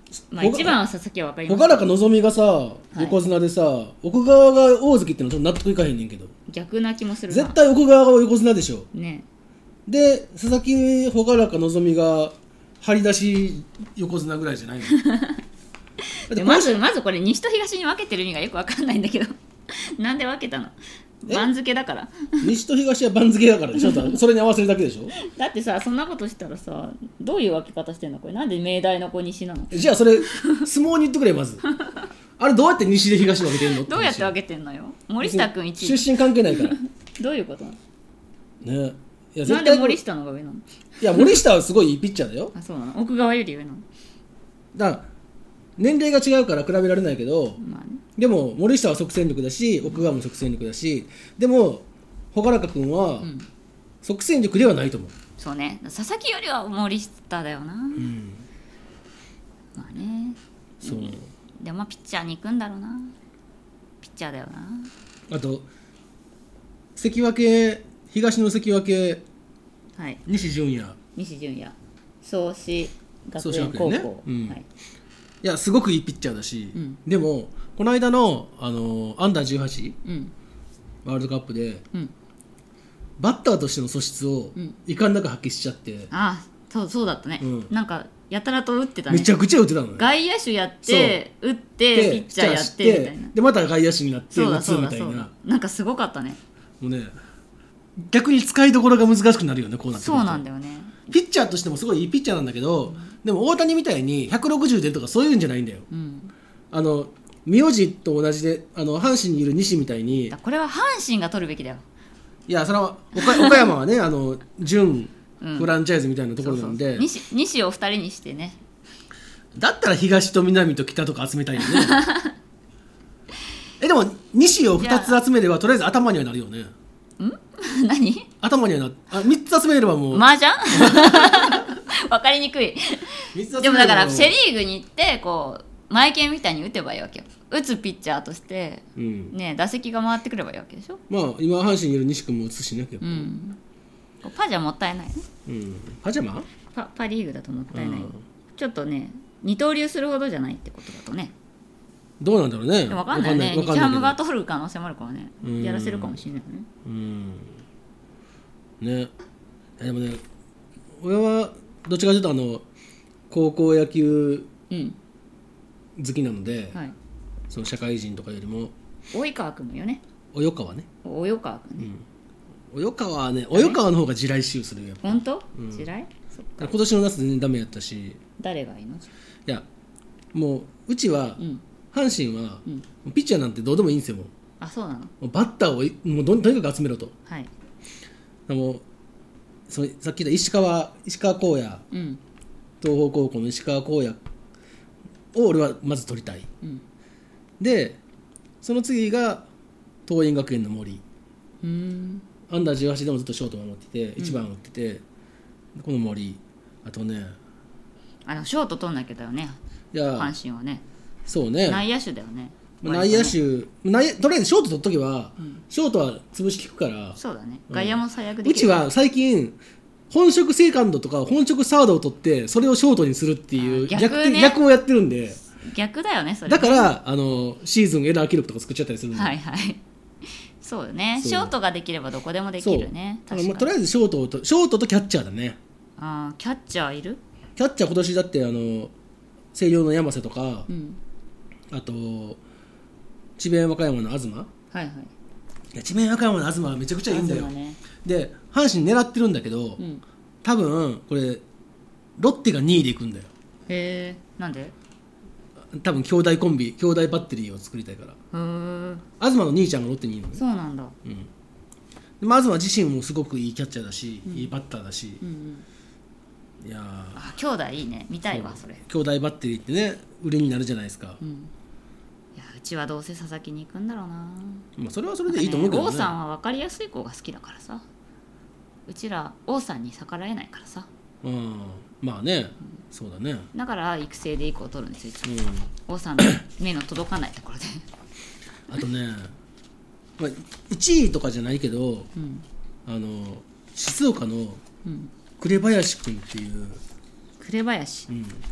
まあ一番は佐々木は分かります。 朗らか望みがさ、横綱でさ、奥川が大関ってのはちょっと納得いかへんねんけど、 逆な気もするな。 絶対奥川が横綱でしょ。 ね。 で佐々木朗らか望みが張り出し横綱ぐらいじゃないのでまずまずこれ西と東に分けてる意味がよく分かんないんだけどなんで分けたの？番付だから西と東は番付だからでしょそれに合わせるだけでしょ。 だってさ、そんなことしたらさ、どういう分け方してんのこれ。なんで明大の子西なの？ じゃあそれ相撲に言ってくれまずあれどうやって西で東に分けてんのってどうやって分けてんのよ。森下君いちい出身関係ないからどういうことなの？ ね。いやなんで森下の方が上なの？ いや森下はすごいいいピッチャーだよあ、そうなの？奥川より上なの？ だから年齢が違うから比べられないけど、 まあね、 でも森下は即戦力だし奥川も即戦力だし、でも朗らか君は即戦力ではないと思う、うん、 そうね。佐々木よりは森下だよな、うん、まあね。そう、でもまあピッチャーに行くんだろうな。ピッチャーだよな。 あと関脇、東の関脇、はい、西純也西純也創志学園高校、ね、うん、はい、 いやすごくいいピッチャーだし、うん、でもこの間の、あのアンダーじゅうはち、うん、ワールドカップで、うん、バッターとしての素質を遺憾なく発揮しちゃって、うん、 ああ そう、そうだったね、うん、なんかやたらと打ってたね。 めちゃくちゃ打ってたのね。 外野手やって打ってピッチャーやってみたいな。 でまた外野手になって打つみたいな。 なんかすごかったね。 もうね、逆に使いどころが難しくなるよね、こうなってくると。 そうなんだよね。 ピッチャーとしてもすごいいいピッチャーなんだけど、うん、でも大谷みたいにひゃくろくじゅう出るとかそういうんじゃないんだよ、うん、あの名字と同じで、あの阪神にいる西みたいに。 これは阪神が取るべきだよ。 いやそれは 岡, 岡山はねあの準フランチャイズみたいなところなんで、うん、そうそう西, 西をふたりにしてね。 だったら東と南と北とか集めたいよねえでも西をふたつ集めればとりあえず頭にはなるよね。 ん何頭にはなあみっつ集めればもう麻雀分かりにくいでもだからセリーグに行ってこうマイケンみたいに打てばいいわけよ。打つピッチャーとして、うんね、打席が回ってくればいいわけでしょ。 まあ今阪神にいる西君も打つしね、うん、 パジャもったいないね、 うん、パジャマパ, パリーグだともったいない、うん、ちょっとね二刀流するほどじゃないってことだとね。 どうなんだろうね。 分かんないね。日ハムが取る可能性もあるからね。やらせるかもしれないよね。うんね。でもね、俺はどっちかというとあの高校野球好きなので、うんはい、その社会人とかよりも及川君もよね。 及川ね。 及川君ね。 うん、及川はね、及川の方が地雷臭するよ。 本当？うん、地雷？そっか。 今年の夏全然ダメやったし。 誰がいいの？いやもううちは。うん阪神は、うん、ピッチャーなんてどうでもいいんですよ。もうあそうなの。もうバッターをもうどとにかく集めろと、はい、もうそのさっき言った石川石川昂弥、うん、東邦高校の石川昂弥を俺はまず取りたい、うん、でその次が桐蔭学園の森、うーんアンダーじゅうはちでもずっとショート守ってて、うん、いちばん打っててこの森あとねあのショート取んなきゃだよね。いや阪神はねそうね、 内野手だよね。 内野手内とりあえずショート取っとけば、うん、ショートは潰し効くから。 そうだね。外野も最悪できる、 うん、うちは最近本職セカンドとか本職サードを取ってそれをショートにするっていう逆、ね、逆をやってるんで。 逆だよねそれね。 だからあのシーズンエラー記録とか作っちゃったりするんで。はいはいそうよね。ショートができればどこでもできるね。確かに、 まあ、とりあえずショートとショートとキャッチャーだね。 あキャッチャーいる？ キャッチャー今年だってあの星稜の山瀬とか、うんあと智弁和歌山の東、はいはい、いや智弁和歌山の東はめちゃくちゃいいんだよ、ね、で阪神狙ってるんだけど、うん、多分これロッテがにいでいくんだよ。 へえなんで？ 多分兄弟コンビ兄弟バッテリーを作りたいから。へ東の兄ちゃんがロッテにいるのね。 そうなんだ、うん、 で東自身もすごくいいキャッチャーだし、うん、いいバッターだし、うんうん、いやあ兄弟いいね見たいわ そ, それ兄弟バッテリーってね売りになるじゃないですか、うん、いやうちはどうせ佐々木に行くんだろうな、 まあ、それはそれでいいと思うけどね。 王さんは分かりやすい子が好きだからさうちら王さんに逆らえないからさ、 うん、まあね、うん、そうだね。 だから育成でいい子を取るんですよ、うん、王さんの目の届かないところであとね、まあ、いちいとかじゃないけど、うん、あの静岡の紅林君っていう紅林、うん、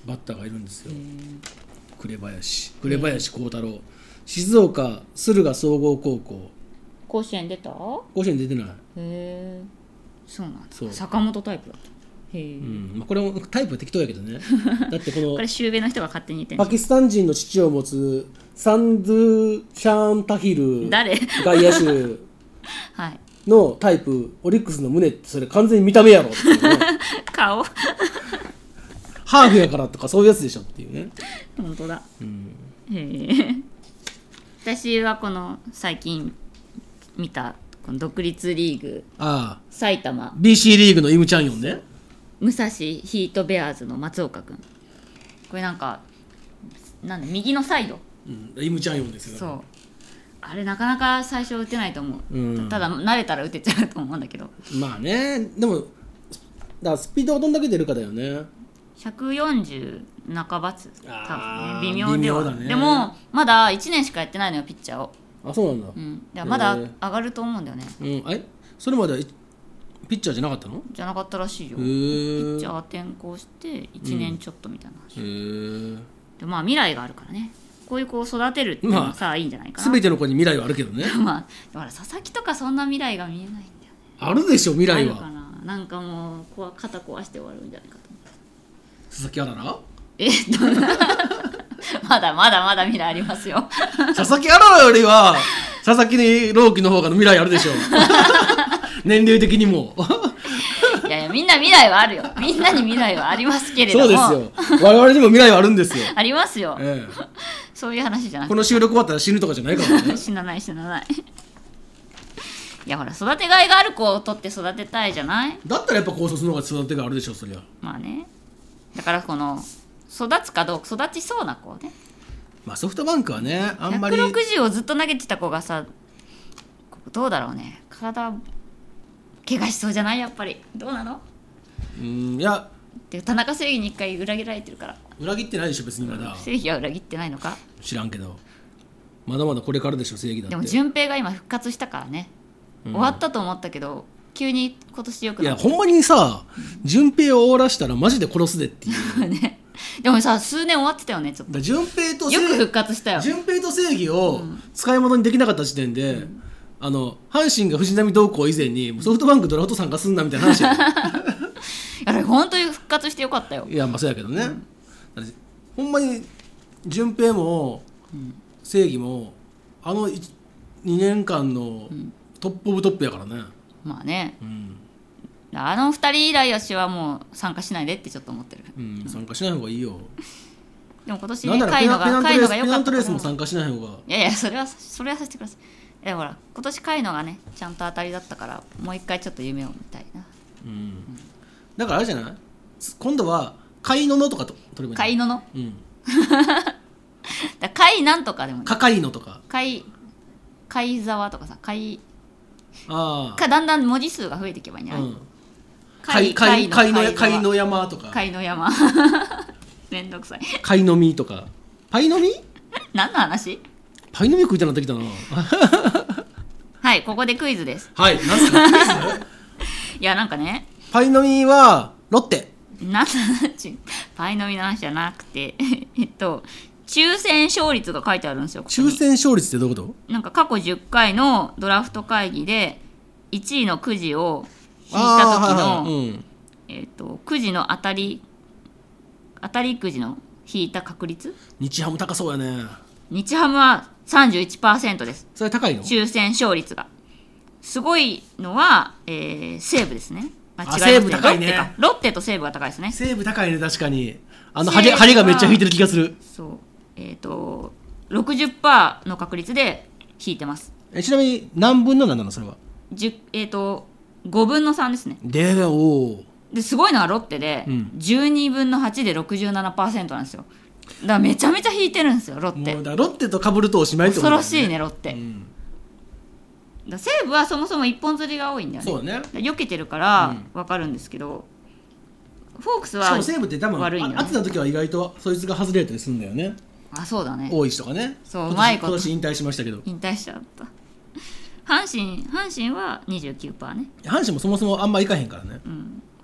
バッターがいるんですよ。紅林紅林幸太郎、静岡駿河総合高校。 甲子園出た？ 甲子園出てない。へえ、そうなんだ。 そう坂本タイプだった。へえ、 うんまあ、これもタイプは適当やけどねだってこのこれシュウベの人が勝手に言ってんパキスタン人の父を持つサンドゥ・シャーン・タヒル誰外野手はいのタイプ、オリックスの胸ってそれ完全に見た目やろっていうね顔ハーフやからとかそういうやつでしょっていうね。 本当だ、 うん、 へえ。私はこの最近見たこの独立リーグ、 ああ埼玉ビーシー リーグのイムチャンヨンね。 武蔵ヒートベアーズの松岡君、これなんかなんで右のサイド、 うん、イムチャンヨンですよ。 そうあれなかなか最初打てないと思う、 うん、 ただ慣れたら打てちゃうと思うんだけど。 まあね、でもだからスピードがどんだけ出るかだよね。 ひゃくよんじゅう半ばつ多分ね、微妙微では妙だね。 でもまだいちねんしかやってないのよピッチャーを。 あ、そうなんだ、 うん、だからまだ上がると思うんだよね。 うん、あれそれまではピッチャーじゃなかったの？ じゃなかったらしいよ。 へピーッチャー転向していちねんちょっとみたいな話、 へーでまあ未来があるからね、こういう子を育てるっていうのはさ、まあ、いいんじゃないかな。 全ての子に未来はあるけどねまあだから佐々木とかそんな未来が見えないんだよね。 あるでしょ未来あるかは。 な。なんかもうこう肩壊して終わるんじゃないかと思う。 佐々木あららえっとまだまだまだ未来ありますよ佐々木あららよりは佐々木朗希の方が未来あるでしょ年齢的にもいやいやみんな未来はあるよ。みんなに未来はありますけれども。 そうですよ、我々にも未来はあるんですよありますよ、 ええ、 そういう話じゃなくてこの収録終わったら死ぬとかじゃないからね死なない死なないいやほら育てがいがある子を取って育てたいじゃない。 だったらやっぱ高卒の方が育てがあるでしょそりゃ。 まあね、だからこの育つかどうか育ちそうな子をね。 まあソフトバンクはねあんまりひゃくろくじゅうをずっと投げてた子がさどうだろうね、体怪我しそうじゃないやっぱり。どうなの。 うんいやで田中正義に一回裏切られてるから。 裏切ってないでしょ別にまだ。 正義は裏切ってないのか知らんけどまだまだこれからでしょ正義だって。 でも順平が今復活したからね、うん、終わったと思ったけど急に今年よくなった。 いやほんまにさ順平を終わらしたらマジで殺すでっていうね、でもさ数年終わってたよねちょっと。 順平とよく復活したよ。 順平と正義を使い物にできなかった時点で、うん、あの阪神が藤浪同行以前にソフトバンクドラフト参加すんなみたいな話やあれ本当に復活してよかったよ。 いやまあそうやけどね、うん、ほんまに順平も、うん、正義もあのにねんかんのトップオブトップやからね、 うん、まあね、 うん、 あのふたり以来私はもう参加しないでってちょっと思ってる、 うん、参加しない方がいいよ。 でも今年ねカイノがカイノが良かったから。ペナントレースも参加しない方が。 いやいやそれはそれはさせてください。いやほら今年カイノがねちゃんと当たりだったからもう一回ちょっと夢を見たいな、 うんうん、だからあれじゃない今度はカイノノとかと取ればいい。 カイノノ、 うん、 だカイなんとかでもいい。 カカイノとかカイカイザワとかさカイあかだんだん文字数が増えていけばいいんじゃない、うん、 カイカイカイのカイの山とかカイの山めんどくさい。 カイの実とかパイの実何の話。 パイの実食いたなってきたなはいここでクイズです。 はい何すかクイズいやなんかねパイの実はロッテなんパイの実の話じゃなくてえっと抽選勝率が書いてあるんですよ。ここに抽選勝率ってどういうこと。 なんか過去じゅっかいのドラフト会議でいちいのくじを引いた時の、はいはいうん、えー、とくじの当たり当たりくじの引いた確率。 日ハム高そうやね。 日ハムは さんじゅういちパーセント です。 それ高いの。 抽選勝率がすごいのは、えー、西武ですね。 あ、違いますね。西武高いね。 ロッテか。ロッテと西武が高いですね。 西武高いね確かに。あのハゲハゲがめっちゃ引いてる気がする。 そう。えっ、ー、と ろくじゅっパーセント の確率で引いてます。 えちなみに何分の何なのそれは。 じゅえっ、ー、とごぶんのさんですね。 でおですごいのはロッテで、うん、じゅうにぶんのはちで ろくじゅうななパーセント なんですよ。だからめちゃめちゃ引いてるんですよロッテ。 もうだロッテと被るとおしまいってことだよね。恐ろしいねロッテ、うん、だ西武はそもそも一本釣りが多いんだよね。 そうね。 避けてるから分かるんですけど、うん、フォークスは悪いんだよね。 しかも西武って多分当てた時は意外とそいつが外れたりするんだよね。 あそうだね。 大石とかね。 そううまいこと今年引退しましたけど。 引退しちゃった。阪神阪神は にじゅうきゅうパーセント ね。 阪神もそもそもあんまいかへんからね、 うん、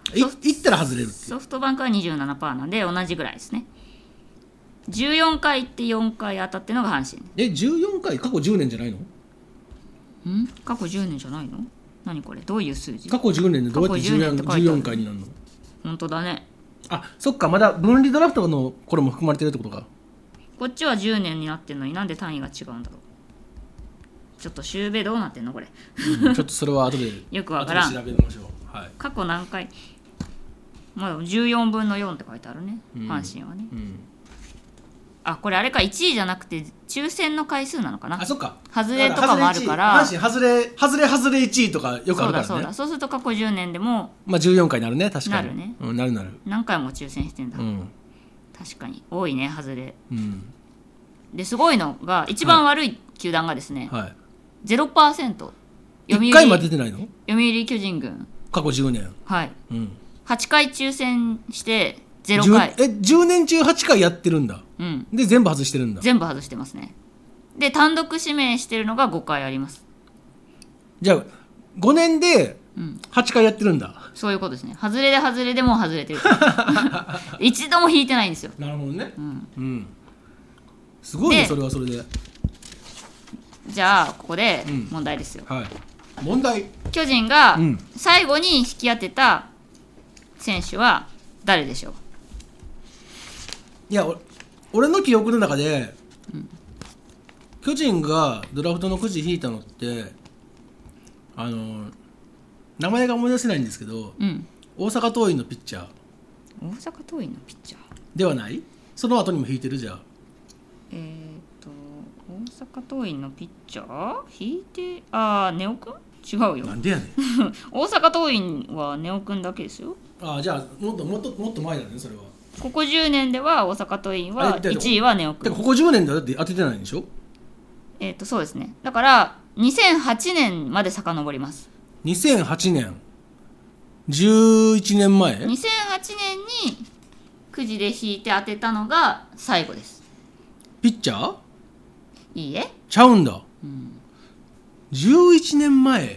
い行ったら外れるっていう。 ソフトバンクは にじゅうななパーセント なんで同じぐらいですね。じゅうよんかい行ってよんかい当たってのが阪神。 えじゅうよんかい過去じゅうねんじゃないの？ ん過去じゅうねんじゃないの？何これどういう数字？ 過去じゅうねんでどうやってじゅうよん、 過去じゅうねんって書いてあるじゅうよんかいになるの？ 本当だね。 あそっか、まだ分離ドラフトのこれも含まれてるってことか。 こっちはじゅうねんになってんのになんで単位が違うんだろう。ちょっと終米どうなってんのこれ、 うん、ちょっとそれは後でよくわからん。 後で調べましょう、はい、 過去何回、まあ、じゅうよんぶんのよんって書いてあるね、 うん、 阪神はね、 うん、 あこれあれかいちいじゃなくて抽選の回数なのかな。 あそっか、 外れとかもあるから阪神外れ外れ外れいちいとかよくあるからね。 そうだそうだ、そうすると過去じゅうねんでもまあじゅうよんかいになるね、確かになるね、 うん、なるなる、 何回も抽選してんだ、 うん、 確かに多いね外れ、 うん、 ですごいのが一番悪い球団がですね、 はい、 ゼロパーセント。読売いっかいも出てないの？ 読売巨人軍過去じゅうねん、 はい、 うん、 はちかい抽選してゼロかい。 えじゅうねん中はちかいやってるんだ、 うん、 で全部外してるんだ。 全部外してますね。で単独指名してるのがごかいあります。 じゃあごねんではちかいやってるんだ、うん、 そういうことですね。外れで外れでもう外れてる一度も引いてないんですよ。 なるほどね、 うんうん、すごいねそれはそれで。 じゃあここで問題ですよ、 うん、はい、問題。 巨人が最後に引き当てた選手は誰でしょう？ いや俺の記憶の中で、 うん、 巨人がドラフトのくじ引いたのってあの名前が思い出せないんですけど、うん、大阪桐蔭のピッチャー。 大阪桐蔭のピッチャーではない？その後にも引いてるじゃん。 えーと大阪桐蔭のピッチャー引いて、ああネオくん？違うよ。 なんでやねん大阪桐蔭はネオくんだけですよ。 ああじゃあもっともっともっと前だねそれは。 ここじゅうねんでは大阪桐蔭はいちいはネオくん。 ここじゅうねんでだって当ててないんでしょ？ えっとそうですね。だからにせんはちねんまで遡ります。 にせんはちねんじゅういちねんまえ？ にせんはちねんにくじで引いて当てたのが最後です。 ピッチャー？ いいえ。 ちゃうんだ、 うん、 じゅういちねんまえ、はい、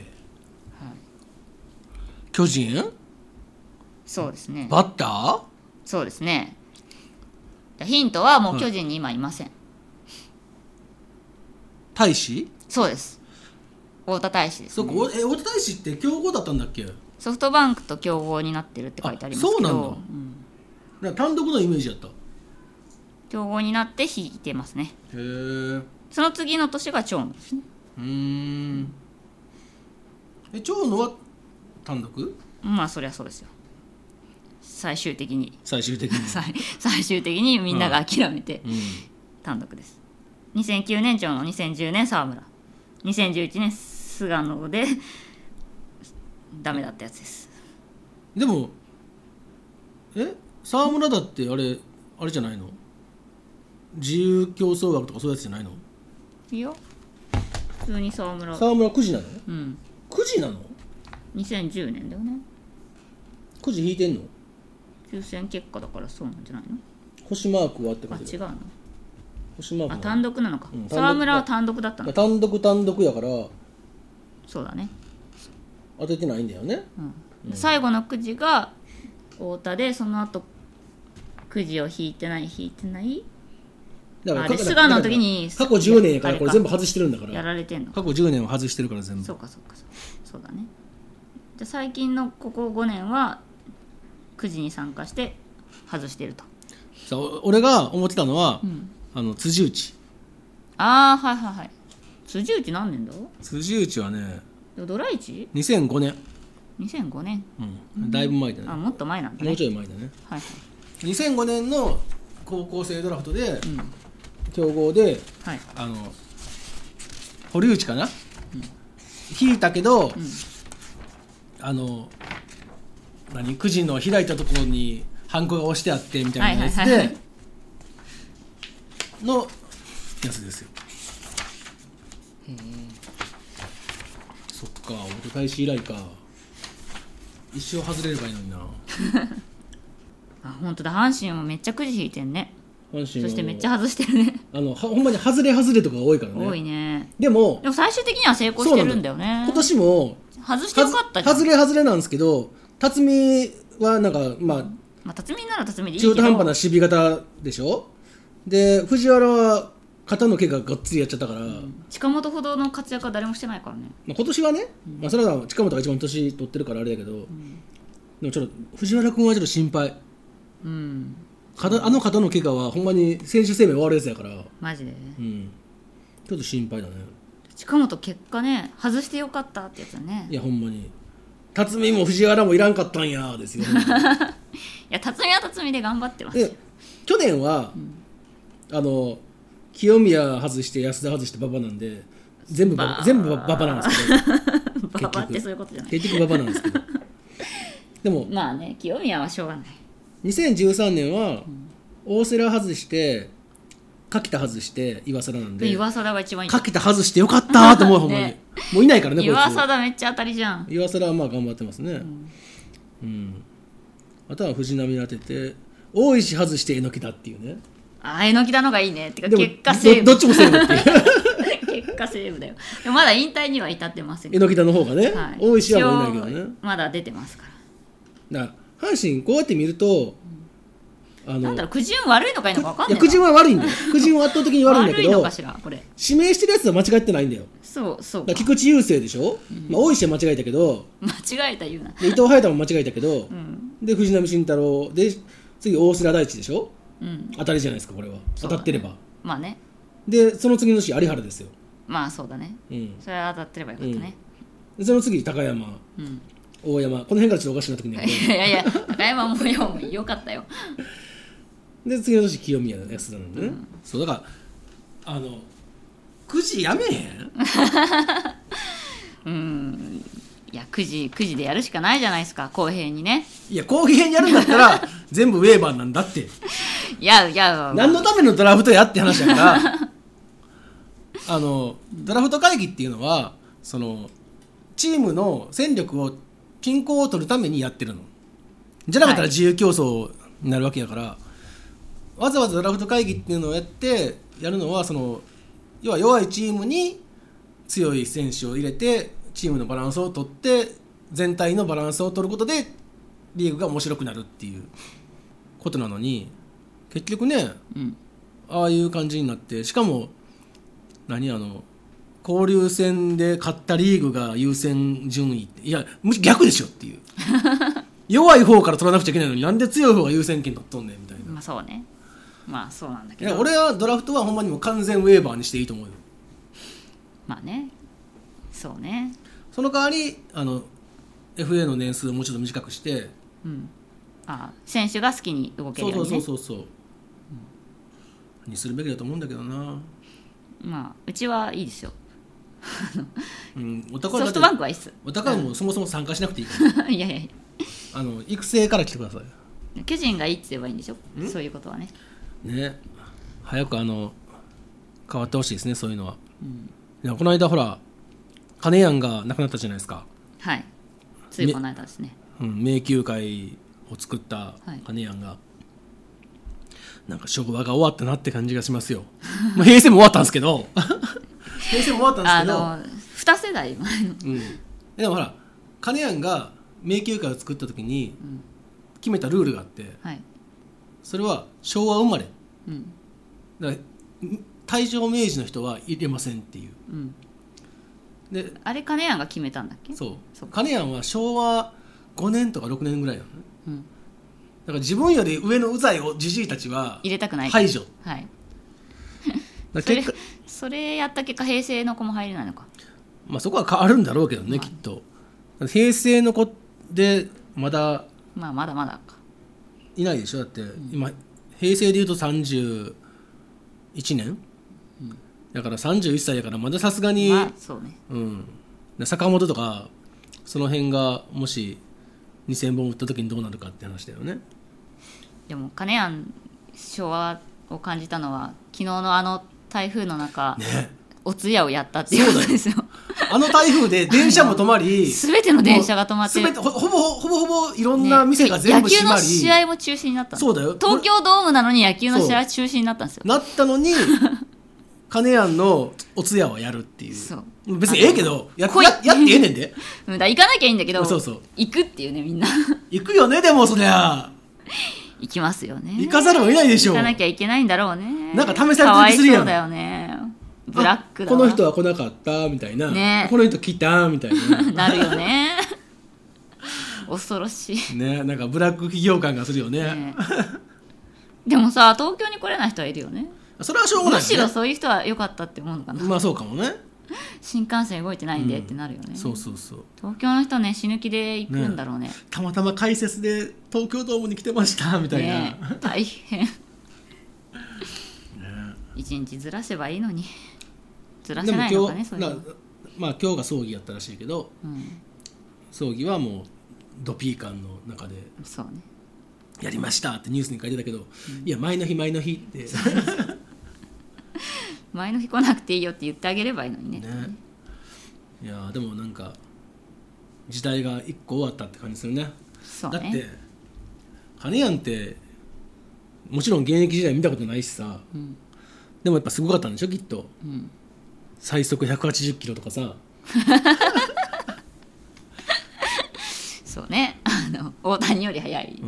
巨人？ そうですね。 バッター？ そうですね。ヒントはもう巨人に今いません、はい、 大使？そうです。太田大使です、ね、 そうか。え太田大使って競合だったんだっけ？ ソフトバンクと競合になってるって書いてありますけど。 そうなんだ、 うん、 なんか単独のイメージだった。 競合になって引いてますね。 へえ。 その次の年が長野ですね。 うーん。え長野は単独？ まあそりゃそうですよ。最終的に最終的に最終的にみんなが諦めて、 うん、 単独です。にせんきゅうねん長野、にせんじゅうねん沢村、にせんじゅういちねん菅野でダメだったやつです。 でもえ沢村だってあれあれじゃないの？自由競争枠とかそういうやつじゃないの？ いや普通に沢村沢村くじなの？ うん。 くじなの？ にせんじゅうねんだよね。 くじ引いてんの？ 抽選結果だからそうなんじゃないの？ 星マークはって書いてる。 あ違うの？ 星マークはあ単独なのか、 うん、 沢村は単独だったの。 単独単独やからそうだね。 当ててないんだよね、 うんうん、最後のくじが太田でその後くじを引いてない引いてないだからあれ菅野の時に過去じゅうねんやからこれ全部外してるんだからやられてんの。 過去じゅうねんを外してるから全部。 そうかそうかそうだね。じゃあ最近のここごねんはくじに参加して外してると。 そう俺が思ってたのは、うん、あの辻内。 ああはいはいはい。辻内何年だ？辻内はねドライチにせんごねん。 にせんごねん、 うん、だいぶ前だね。 あもっと前なんだね。 もうちょい前だね。 はいはい。 にせんごねんの高校生ドラフトで、うん、強豪で、はい、あの堀内かな、うん、引いたけど、うん、あの何くじの開いたところにハンコが押してあってみたいなやつで、はいはいはいはい、のやつですよ。へえ。そっか太田大使以来か。一生外れればいいのになあ本当だ阪神もめっちゃくじ引いてんね。 阪神そしてめっちゃ外してるねあのほんまに外れ外れとかが多いからね。 多いね。 でもでも最終的には成功してるんだよね。 今年も外してよかったじゃん。 外れ外れなんですけど辰巳はなんかまあ、 まあ、辰巳なら辰巳でいいけど中途半端な守備型でしょ。で藤原は肩の怪我がっつりやっちゃったから、うん、 近本ほどの活躍は誰もしてないからね、 まあ、今年はね、うんまあ、それは近本が一番年取ってるからあれだけど、うん、でもちょっと藤原君はちょっと心配、うん、肩あの肩の怪我はほんまに選手生命終わるやつやからマジで、 うん、ちょっと心配だね。 近本結果ね外してよかったってやつだね。 いやほんまに辰巳も藤原もいらんかったんやですよ、ね、 いや辰巳は辰巳で頑張ってますよ。 去年は、うん、あの清宮外して安田外して馬場なんで全部馬全部馬場なんですけど馬場ってそういうことじゃない。 結局馬場なんですけどでもまあね清宮はしょうがない。 にせんじゅうさんねんは、うん、大瀬良外して柿田外して岩貞なんで岩貞が一番いい。 柿田外してよかったと思うほんまに、ね、もういないからねこいつ。 岩貞めっちゃ当たりじゃん。 岩貞はまあ頑張ってますね、うんうん、あとは藤波当てて大石外して榎田っていうね。 あ榎田のがいいねってか結果セーブど, どっちもセーブっていう結果セーブだよ。でもまだ引退には至ってません。 榎田の方がね、はい、大石はもういないけどねまだ出てますからだから阪神こうやって見るとあのなんだろう苦順悪いのかいいのか分かんない。 いや苦順は悪いんだよ。苦順は圧倒的に悪いんだけど悪いのかしらこれ指名してるやつは間違ってないんだよ。 そうそうだ菊池雄星でしょ、うんまあ、大石は間違えたけど間違えた言うな伊藤隼太も間違えたけど、うん、で藤浪晋太郎で次大瀬良大地でしょ、うん、当たりじゃないですかこれは、ね、当たってればまあね。 でその次の年有原ですよ。 まあそうだね、うん、それは当たってればよかったね、 うん、でその次高山、うん、大山この辺からちょっとおかしくなってくるんだけどいやいや高山もよよかったよで次の年清宮の安田なんでね、うん、そうだからあのくじやめへんうんいやくじくじでやるしかないじゃないですか公平にね。 いや公平にやるんだったら全部ウェーバーなんだっていやいや何のためのドラフトやって話だからあのドラフト会議っていうのはそのチームの戦力を均衡を取るためにやってるのじゃなかったら自由競争になるわけだから、はい、わざわざドラフト会議っていうのをやってやるのはその要は弱いチームに強い選手を入れてチームのバランスを取って全体のバランスを取ることでリーグが面白くなるっていうことなのに結局ね、うん、ああいう感じになってしかも何あの交流戦で勝ったリーグが優先順位っていや逆でしょっていう弱い方から取らなくちゃいけないのになんで強い方が優先権取っとんねんみたいな。 まあそうねまあそうなんだけどいや俺はドラフトはほんまにもう完全ウェーバーにしていいと思うよ。 まあねそうね。 その代わりあの エフエー の年数をもうちょっと短くして、 うん、あ選手が好きに動けるようにね。 そうそうそうそう、うん、にするべきだと思うんだけどな。 まあうちはいいですようん、おソフトバンクはいいっす。 お高いもそもそも参加しなくていいからいやいやいやあの育成から来てください。 巨人がいいって言えばいいんでしょそういうことはね。 ね早くあの変わってほしいですねそういうのは、うん、いやこの間ほら金谷が亡くなったじゃないですか。 はいついこの間ですね、 うん、名球会を作った金谷が、はい、なんか職場が終わったなって感じがしますよまあ平成も終わったんですけど平成も終わったんですけどあのに世代前の、うん、 でもほら金谷が名球会を作った時に決めたルールがあって、うんはい、それは昭和生まれ、うん、だから大正明治の人は入れませんっていう、うん、であれ金谷が決めたんだっけ。 そうそう金谷は昭和ごねんとかろくねんぐらいなのね、うん、だから自分より上のうざいをじじいたちは入れたくない排除。 はいそれそれやった結果平成の子も入れないのか。 まあそこは変わるんだろうけどね、まあ、きっと平成の子でまだまあまだまだかいないでしょだって、うん、今平成でいうとさんじゅういちねん、うん、だからさんじゅういっさいだからまださすがに、 まあそうねうん、坂本とかその辺がもしにせんぼん打った時にどうなるかって話だよね。 でも金谷昭和を感じたのは昨日のあの台風の中、ね、お通夜をやったっていうことですよ。 あの台風で電車も止まりすべての電車が止まってすべてほぼほぼほぼいろんな店が全部閉まり、 ね、野球の試合も中止になったんです。 そうだよ東京ドームなのに野球の試合中止になったんですよ。 なったのに金谷のお通夜はやるっていう。 そう別にええけど や, 来いや, やってええねんでうんだ行かなきゃいいんだけどそうそう行くっていうねみんな行くよね。でもそりゃ行きますよね。 行かざるを得ないでしょう。 行かなきゃいけないんだろうね。 なんか試されてる気するやん。 かわいそうだよね。ブラックだわ。 この人は来なかったみたいな、 ね、 この人来たみたいななるよね恐ろしいね。なんかブラック企業感がするよ ね, ねでもさ東京に来れない人はいるよね。 それはしょうがない、ね、 むしろそういう人は良かったって思うのかな。 まあそうかもね。 新幹線動いてないんでってなるよね、 うん、そうそうそう。 東京の人ね死ぬ気で行くんだろう ね, ねたまたま解説で東京ドームに来てましたみたいな、 ね、大変一日ずらせばいいのにずらせないのかね。そういうのまあ今日が葬儀やったらしいけど、 うん、 葬儀はもうドピー感の中でそうねやりましたってニュースに書いてたけど、うん、いや前の日前の日って前の日来なくていいよって言ってあげればいいのに ね, ねいやでもなんか時代が一個終わったって感じする ね, そうね。 だって金谷ってもちろん現役時代見たことないしさ、うん、でもやっぱすごかったんでしょきっと、うん、最速ひゃくはちじゅっキロとかさそうねあの大谷より速い、うん、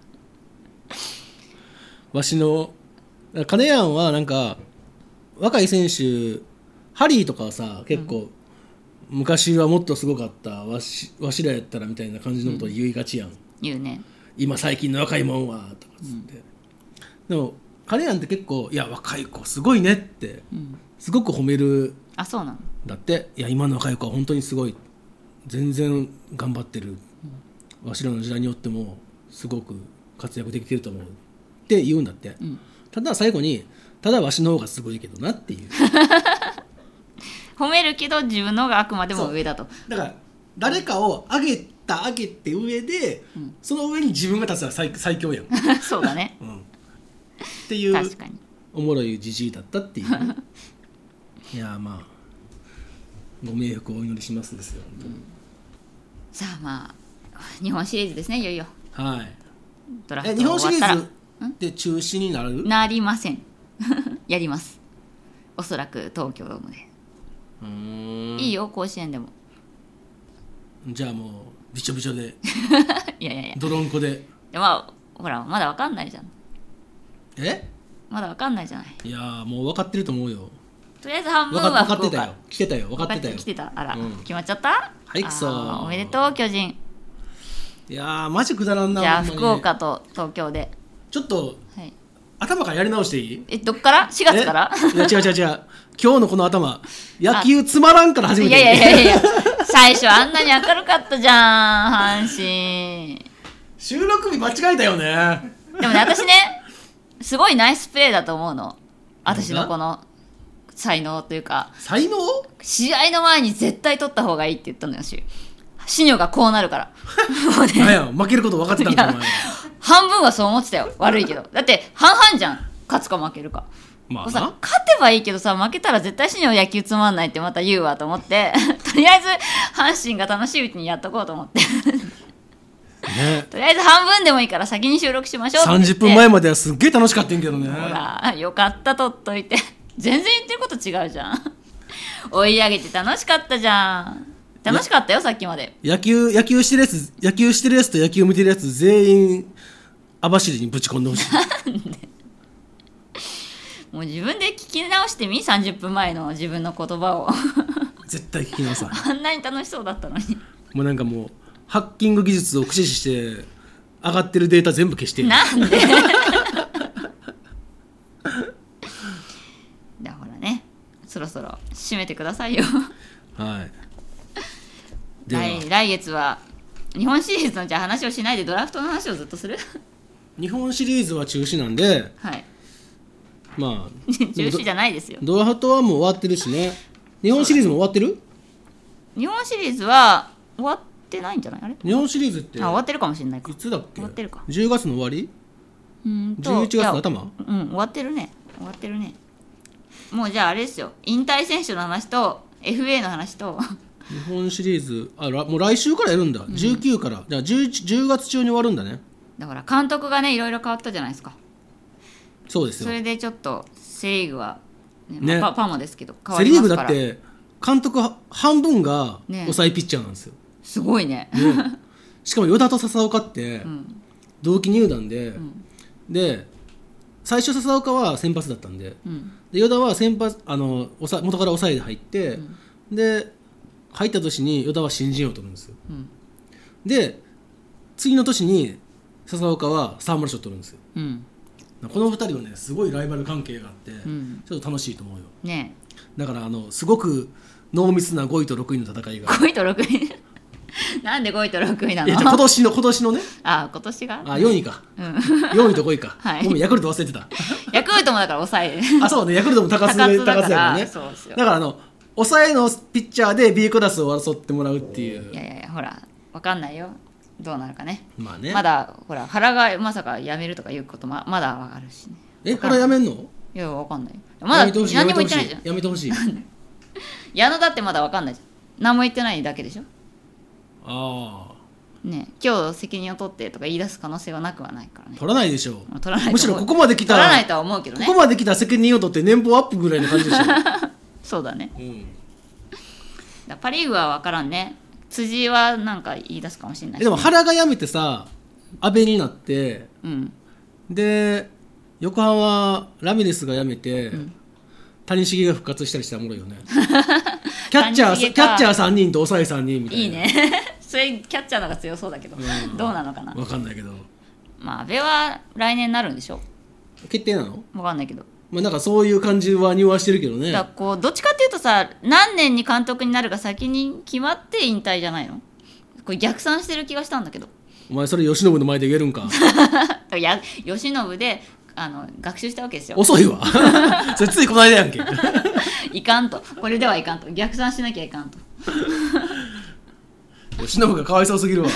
わしの金谷はなんか若い選手ハリーとかはさ結構、うん、昔はもっとすごかったわし、わしらやったらみたいな感じのことを言いがちやん、うん、 言うね。 今最近の若いもんはとかつって、うん、でも金谷って結構いや若い子すごいねって、うん、すごく褒める。 あそうなの。 だっていや今の若い子は本当にすごい全然頑張ってる、うん、わしらの時代によってもすごく活躍できてると思うって言うんだって、うん、ただ最後にただわしの方がすごいけどなっていう褒めるけど自分の方があくまでも上だと。 だから誰かを上げた上げて上で、うん、その上に自分が立つのは 最, 最強やんそうだね、うん、 っていう確かにおもろいじじいだったっていういやまあご冥福をお祈りしますですよ、うん、 さあまあ日本シリーズですねいよいよ。 はいドラフト終わったら日本シリーズって中止になる？ なりませんやります。おそらく東京ドームで。うーんいいよ甲子園でも。 じゃあもうびちょびちょでいやいやいや泥んこで。 まあほらまだ分かんないじゃん。 えまだ分かんないじゃない。 いやもう分かってると思うよ。 とりあえず半分は福岡。 分かってたよ来てたよ分かってたよ来てたあら、うん、決まっちゃった。 はいくそおめでとう巨人。 いやーマジくだらんな。 じゃあ福岡と東京でちょっと、はい、頭からやり直していい？ えどっからしがつからいや違う違う違う今日のこの頭野球つまらんから始めて。 いやいやいやいや最初あんなに明るかったじゃん阪神。 収録日間違えたよね。 でもね私ねすごいナイスプレーだと思うの。私のこの才能というか才能試合の前に絶対取った方がいいって言ったのよしシニョがこうなるからもう、ね、何や負けること分かってたんかお前。 半分はそう思ってたよ悪いけどだって半々じゃん勝つか負けるか。まあ、さ勝てばいいけどさ負けたら絶対シニョ野球つまんないってまた言うわと思ってとりあえず阪神が楽しいうちにやっとこうと思ってね、とりあえず半分でもいいから先に収録しましょうってさんじゅっぷんまえまではすっげえ楽しかったんけどね。 ほらよかった取っといて全然言ってること違うじゃん追い上げて楽しかったじゃん。楽しかったよさっきまで。 野球野球してるやつ野球してるやつと野球見てるやつ全員網走にぶち込んでほしい。なんでもう自分で聞き直してみさんじゅっぷんまえの自分の言葉を絶対聞き直さあんなに楽しそうだったのに。 もうなんかもうハッキング技術を駆使して上がってるデータ全部消してる。 なんでだほらねそろそろ締めてくださいよはい来, 来月は日本シリーズのじゃあ話をしないでドラフトの話をずっとする日本シリーズは中止なんで、 はい、 まあ中止じゃないですよ。 ドラフトはもう終わってるしね。日本シリーズも終わってる？ 日本シリーズは終わってないんじゃない？あれ日本シリーズってあ終わってるかもしれないか。 いつだっけ？ 終わってるか。 じゅうがつの終わり？ うんじゅういちがつの頭？ うん終わってるね終わってるね。もうじゃああれですよ引退選手の話と エフエー の話と日本シリーズあもう来週からやるんだ、うん、じゅうくからじゃあ 10, じゅうがつ中に終わるんだね。 だから監督がねいろいろ変わったじゃないですか。 そうですよ。 それでちょっとセリーグはね、 ねまあ、パパーマですけど変わセリーグりますからだって監督は半分がね抑えピッチャーなんですよ、 すごいね。 ね、しかも与田と笹岡ってうん同期入団で、 んで最初笹岡は先発だったんで、 うんで与田は先発あの抑え元から抑えで入って、で入った年に与田は新人王を取るんですよ、 うんで次の年に笹岡は沢村賞を取るんですよ。 うんこのふたりはねすごいライバル関係があって、 んちょっと楽しいと思うよ。 ねだからあのすごく濃密なごいとろくいの戦いがごいとろくいなんでごいとろくいなの？ いや今年の今年のねあ今年があよんいか、 うん、 よんいとごいか、 はいごめんヤクルト忘れてたヤクルトもだから抑えあそうねヤクルトも高津高津だから高津やからね。 そうですよだからあの抑えのピッチャーで B クラスを争ってもらうっていう。 いやいやいやほらわかんないよどうなるかね。 まあねまだほら原がまさか辞めるとかいうことままだわかるしね。 え原やめんの？ いやわかんないまだやめてほしい何も言ってないじゃん。 やめてほしいやめてほしい矢野だってまだわかんないじゃん。何も言ってないだけでしょ。 ああね今日責任を取ってとか言い出す可能性はなくはないからね。 取らないでしょまあ取らないと思うむしろここまで来た取らないとは思うけどね。 ここまで来た責任を取って年俸アップぐらいの感じでしょ、 そうだね。 うん、 だパ・リーグは分からんね。辻はなんか言い出すかもしれないし、 でも原が辞めてさ阿部になって、 うんで横浜はラミレスが辞めて、 ん谷繁が復活したりしたらおもろいよねキャッチャーキ谷繁かャッチャーさんにんと抑えさんにんみたいないいねそれキャッチャーの方が強そうだけど、 うんどうなのかな。 分かんないけどまあ阿部は来年になるんでしょ。 決定なの？ 分かんないけど、 まあなんかそういう感じは匂わしてるけどね。 だからこうどっちかっていうとさ何年に監督になるか先に決まって引退じゃないの？これ逆算してる気がしたんだけどお前それ慶喜の前で言えるんかいや慶喜であの学習したわけですよ。 遅いわそれついこの間やんけいかんとこれではいかんと逆算しなきゃいかんと慶喜がかわいそうすぎるわ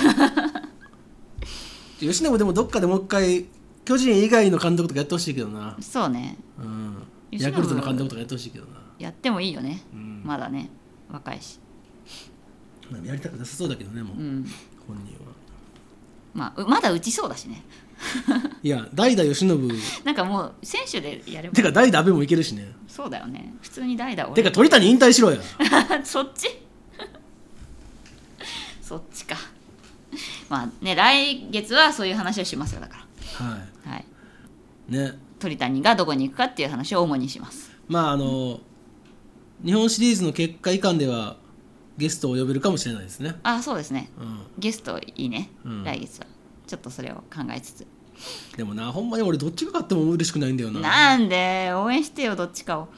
慶喜でもどっかでもう一回巨人以外の監督とかやってほしいけどな、 そうねうん、 慶喜ヤクルトの監督とかやってほしいけどな、 やってもいいよね、 うんまだね若いし、 やりたくなさそうだけどねもう、 うん、 本人はまあうまだ打ちそうだしねいや代打慶喜なんかもう選手でやればてか代打阿部もいけるしね。 そうだよね普通に代打をてか鳥谷引退しろやそっちそっちかまあね来月はそういう話をしますよだかはらはいいね。 鳥谷がどこに行くかっていう話を主にしますまああの日本シリーズの結果以下ではゲストを呼べるかもしれないですね。 あそうですねうんゲストいいね、 うん来月はちょっとそれを考えつつでもなほんまに俺どっちが勝っても嬉しくないんだよな。 なんで応援してよどっちかを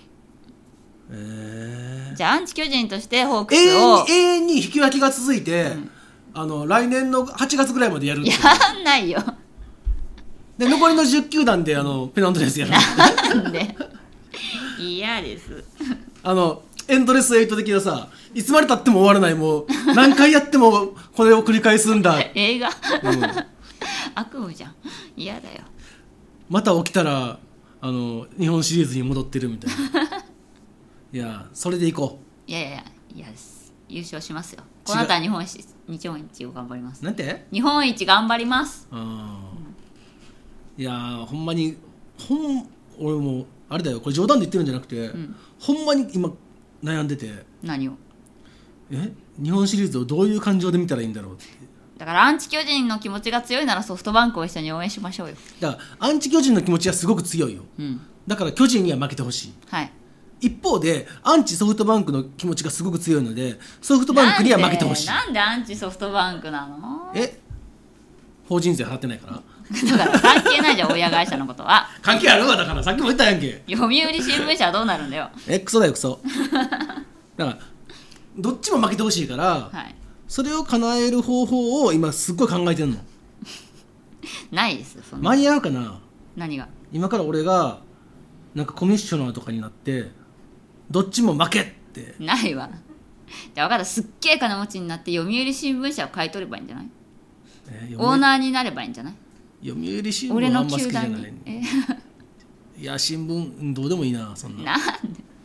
えーじゃあアンチ巨人としてホーク永遠スをに永遠に引き分けが続いて、あの来年のはちがつぐらいまでやるっていうやんないよで残りのじゅう球団であのペナントレースやるなんで嫌ですあのエンドレスエイト的なさいつまでたっても終わらないもう何回やってもこれを繰り返すんだ、 映画うん、 悪夢じゃん嫌だよまた起きたらあの日本シリーズに戻ってるみたいないやそれでいこいやいやいや嫌です優勝しますよこの後は日本一日本一を頑張りますうなんて日本一頑張りますあ、うん、いやほんまにほん俺もあれだよこれ冗談で言ってるんじゃなくて、 んほんまに今悩んでて何をえ日本シリーズをどういう感情で見たらいいんだろうって。 だからアンチ巨人の気持ちが強いならソフトバンクを一緒に応援しましょうよだからアンチ巨人の気持ちはすごく強いよ。 うんだから巨人には負けてほしい。 はい一方でアンチソフトバンクの気持ちがすごく強いのでソフトバンクには負けてほしい。 なんでなんでアンチソフトバンクなのえ法人税払ってないからだから関係ないじゃん親会社のことは関係あるわ。だからさっきも言ったやんけ。 読売新聞社はどうなるんだよえクソだよクソだからどっちも負けてほしいから、 はいそれを叶える方法を今すっごい考えてんの。 ないですそんな間に合うかな。 何が今から俺がなんかコミッショナーとかになってどっちも負けってないわじゃあ分かったすっげえ金持ちになって読売新聞社を買い取ればいいんじゃないえーオーナーになればいいんじゃない読売新聞俺のはあんま好き球じゃない団にえいや新聞うんどうでもいいなそんな。 なんで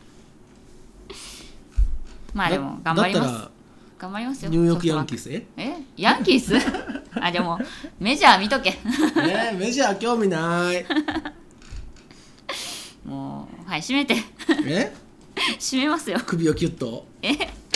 まあでも頑張りますだった頑張りますよらニューヨークヤンキーススええヤンキースあでもメジャー見とけねメジャー興味ないもうはい閉めてえ閉めますよ。 首をキュッとえ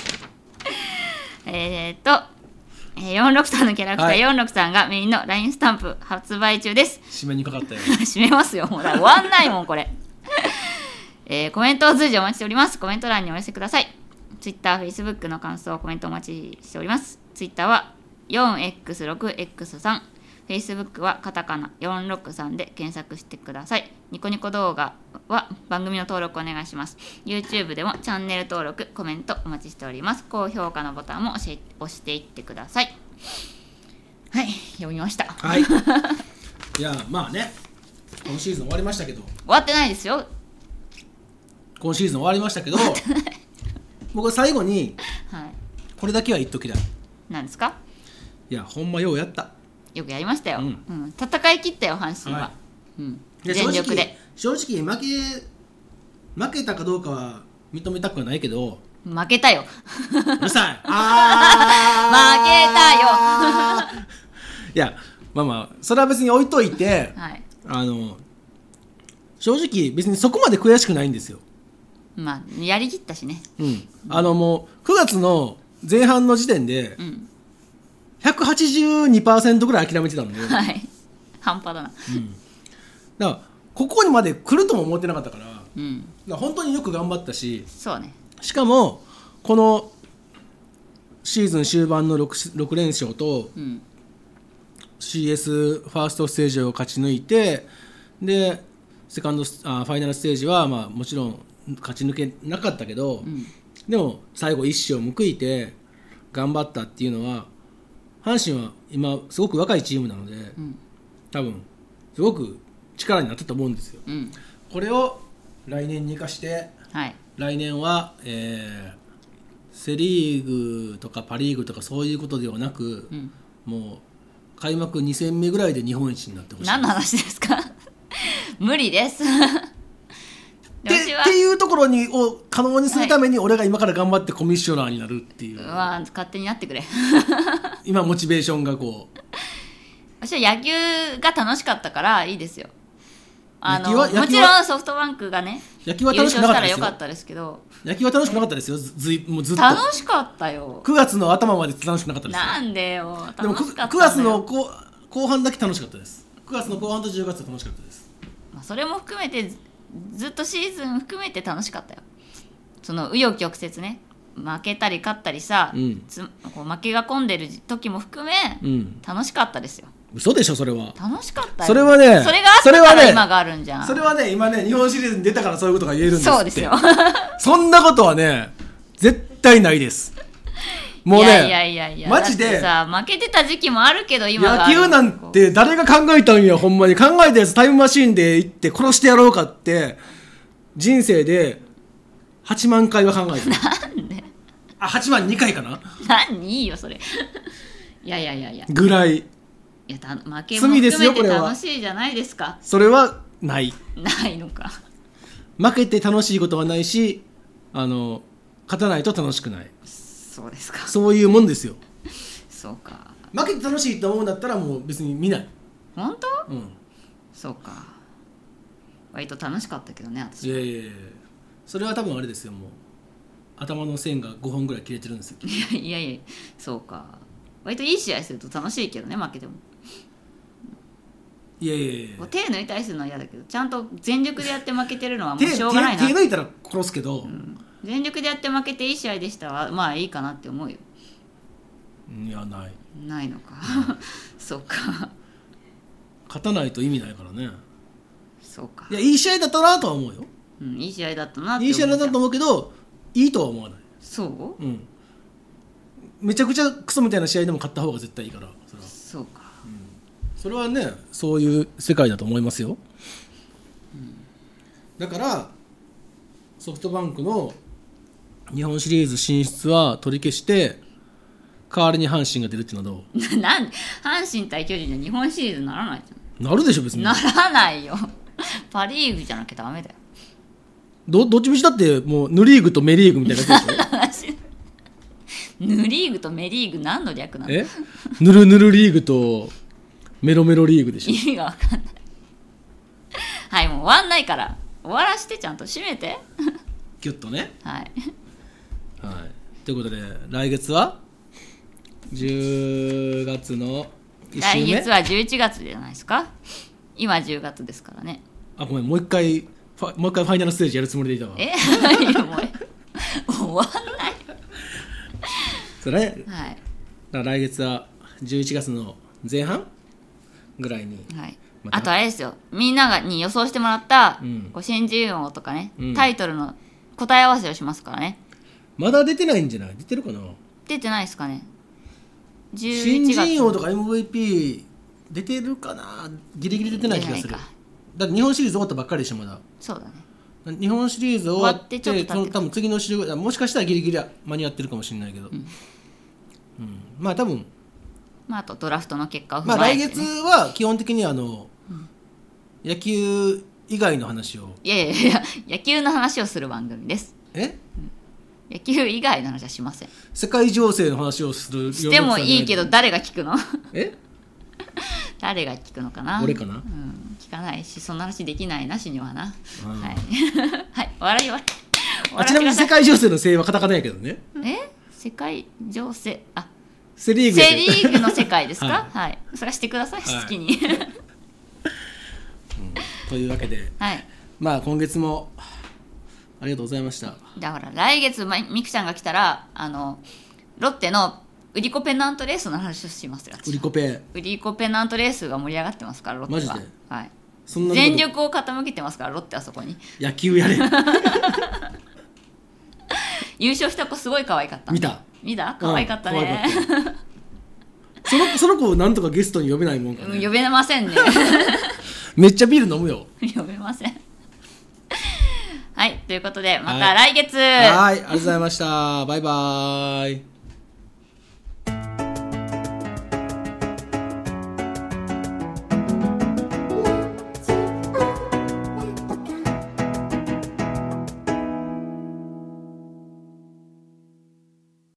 えーっと、えー、よんじゅうろくさんのキャラクター、 はい、 よんじゅうろくさんがメインの ライン スタンプ発売中です。 締めにかかったよ閉めますよ、もうだ終わんないもんこれ、えー、コメントを随時お待ちしております。コメント欄にお寄せください。 Twitter、Facebook の感想コメントお待ちしております。 Twitter は よんエックスろくエックスさん、 Facebook はカタカナよんじゅうろくさんで検索してください。ニコニコ動画は番組の登録お願いします。 YouTube でもチャンネル登録コメントお待ちしております。高評価のボタンも押し押していってください。はい読みました。 はいいやまあね今シーズン終わりましたけど終わってないですよ。 今シーズン終わりましたけど僕は最後にはいこれだけは言っときたい。 何ですか。 いやほんまようやった。 よくやりましたよ、 うんうん、戦い切ったよ阪神は、はいうん、 で全力で正直正直負け負けたかどうかは認めたくはないけど負けたようるさいあ負けたよいやまあまあそれは別に置いといて、 はい、 あの正直別にそこまで悔しくないんですよ。 まあやりきったしね、 うん、あのもうくがつの前半の時点で、うん、ひゃくはちじゅうにパーセント ぐらい諦めてたんで、 はい、半端だな、 うん、だからここにまで来るとも思ってなかったから、 うん、 だから本当によく頑張ったし、 そうね、 しかもこのシーズン終盤の 6, ろく連勝と、うん、シーエス ファーストステージを勝ち抜いてでセカンドあファイナルステージは、まあ、もちろん勝ち抜けなかったけど、うん、でも最後一矢を報いて頑張ったっていうのは阪神は今すごく若いチームなので、うん、多分すごく力になったと思うんですよ、うん、これを来年に生かして、はい、来年は、えー、セリーグとかパリーグとかそういうことではなく、うん、もう開幕に戦目ぐらいで日本一になってほしい。 何の話ですか無理ですでっていうところにを可能にするために俺が今から頑張ってコミッショナーになるっていう、 はい、勝手になってくれ今モチベーションがこう私は野球が楽しかったからいいですよ。あのもちろんソフトバンクがね野球は楽しくなかったですよ。 優勝したらよかったですけど野球は楽しくなかったですよ。ずいもうずっと楽しかったよ。 くがつの頭まで楽しくなかったですよ。 なんでよでも く, くがつの後後半だけ楽しかったです。くがつの後半とじゅうがつは楽しかったです、 まあ、それも含めてずっとシーズン含めて楽しかったよ。その紆余曲折ね負けたり勝ったりさ、うん、つこう負けが込んでる時も含め、うん、楽しかったですよ。 嘘でしょそれは。 楽しかったよ。 それはねそれがあったから今があるんじゃん。 それはね今ね日本シリーズに出たからそういうことが言えるんですって。 そうですよそんなことはね絶対ないです。もうねいやいやいやいやマジでだってさ負けてた時期もあるけど今がある。 野球なんて誰が考えたんやほんまに。考えたやつタイムマシーンで行って殺してやろうかって人生ではちまんかいは考えた。 なんであはちまんにかいかな。 何いいよそれいやいやいやいやぐらい。 いやた負けも含めて楽しいじゃないですか。 それはないないのか。 負けて楽しいことはないしあの勝たないと楽しくない。 そうですか。 そういうもんですよ。 そうか。 負けて楽しいと思うんだったらもう別に見ない。 本当？ うん。そうか。割と楽しかったけどね私。 いやいやいやそれは多分あれですよ。もう頭の線がごほんぐらい切れてるんですよ。 いやいやいやそうか。割といい試合すると楽しいけどね負けても。 いやいやいや手抜いたりするのは嫌だけどちゃんと全力でやって負けてるのはもうしょうがないな。 手, 手, 手抜いたら殺すけど、うん、 全力でやって負けていい試合でしたらまあいいかなって思うよ。 いやないないのかそうか勝たないと意味ないからね。 そうか。 いやいい試合だったなとは思うよ、 うん、いい試合だったなって思う。 いい試合だったと思うけどいいとは思わない。 そう、 うん、めちゃくちゃクソみたいな試合でも勝った方が絶対いいから。それはそうか、 うん、それはねそういう世界だと思いますよ、うん、だからソフトバンクの日本シリーズ進出は取り消して代わりに阪神が出るっていうのはどうなんで阪神対巨人で日本シリーズにならないじゃん。 なるでしょ別に。 ならないよパリーグじゃなきゃダメだよ。 ど, どっちみちだってもうヌリーグとメリーグみたいなやつでしょヌリーグとメリーグ何の略なの。 えヌルヌルリーグとメロメロリーグでしょ。 意味が分かんないはいもう終わんないから終わらしてちゃんと締めてギュッとね。 はい、 はい、ということで来月はじゅうがつのいっ週目。 来月はじゅういちがつじゃないですか。今じゅうがつですからね。 あ、ごめん、もう一回ファもう一回ファイナルステージやるつもりでいたわ。 えいやもう終わんないそうね、 はい、 だから来月はじゅういちがつの前半ぐらいに、 はい、 またあとあれですよ、みんながに予想してもらった、 うん、 こう新人王とかね、 うん、 タイトルの答え合わせをしますからね。 まだ出てないんじゃない？出てるかな？ 出てないですかね。じゅういちがつ新人王とか エムブイピー 出てるかな？ギリギリ出てない気がする。 出てないか。 だって日本シリーズ終わったばっかりでしょまだ。 そうだね。 日本シリーズ終わって、 終わってちょっと経ってその多分次の週ぐらい、もしかしたらギリギリ間に合ってるかもしれないけど、うんうん、まあ多分、 まあ、あとドラフトの結果を踏まあまえて、ね、 来月は基本的にあの、うん、野球以外の話を。 いやいやいや野球の話をする番組です。 え、 うん、野球以外の話はしません。 世界情勢の話をする。 してもいいけど誰が聞くの？ え誰が聞くのかな？ 俺かな、 うん、聞かないし、そんな話できないなしにはな。はい、はい、笑いはあ、ちなみに世界情勢のせいはカタカナやけどね。 え世界情勢、あ、 セリーグセリーグの世界ですか？ はい、 はい、それはしてください、はい、好きに、うん、 というわけで、 はい、 まあ今月もありがとうございました。 だから来月みくちゃんが来たら、あのロッテの売り子ペナントレースの話をしますよ。 売り子ペ売り子ペナントレースが盛り上がってますから、ロッテは。 マジで？ はい、 そんな全力を傾けてますから、ロッテはそこに。 野球やれ優勝した子すごい可愛かった。 見た見た可愛かったね、 うん、かったそのその子をなんとかゲストに呼べないもんかね。 呼べませんねめっちゃビール飲むよ。 呼べませんはい、ということでまた来月。 はい、はい、ありがとうございました。バイバーイ。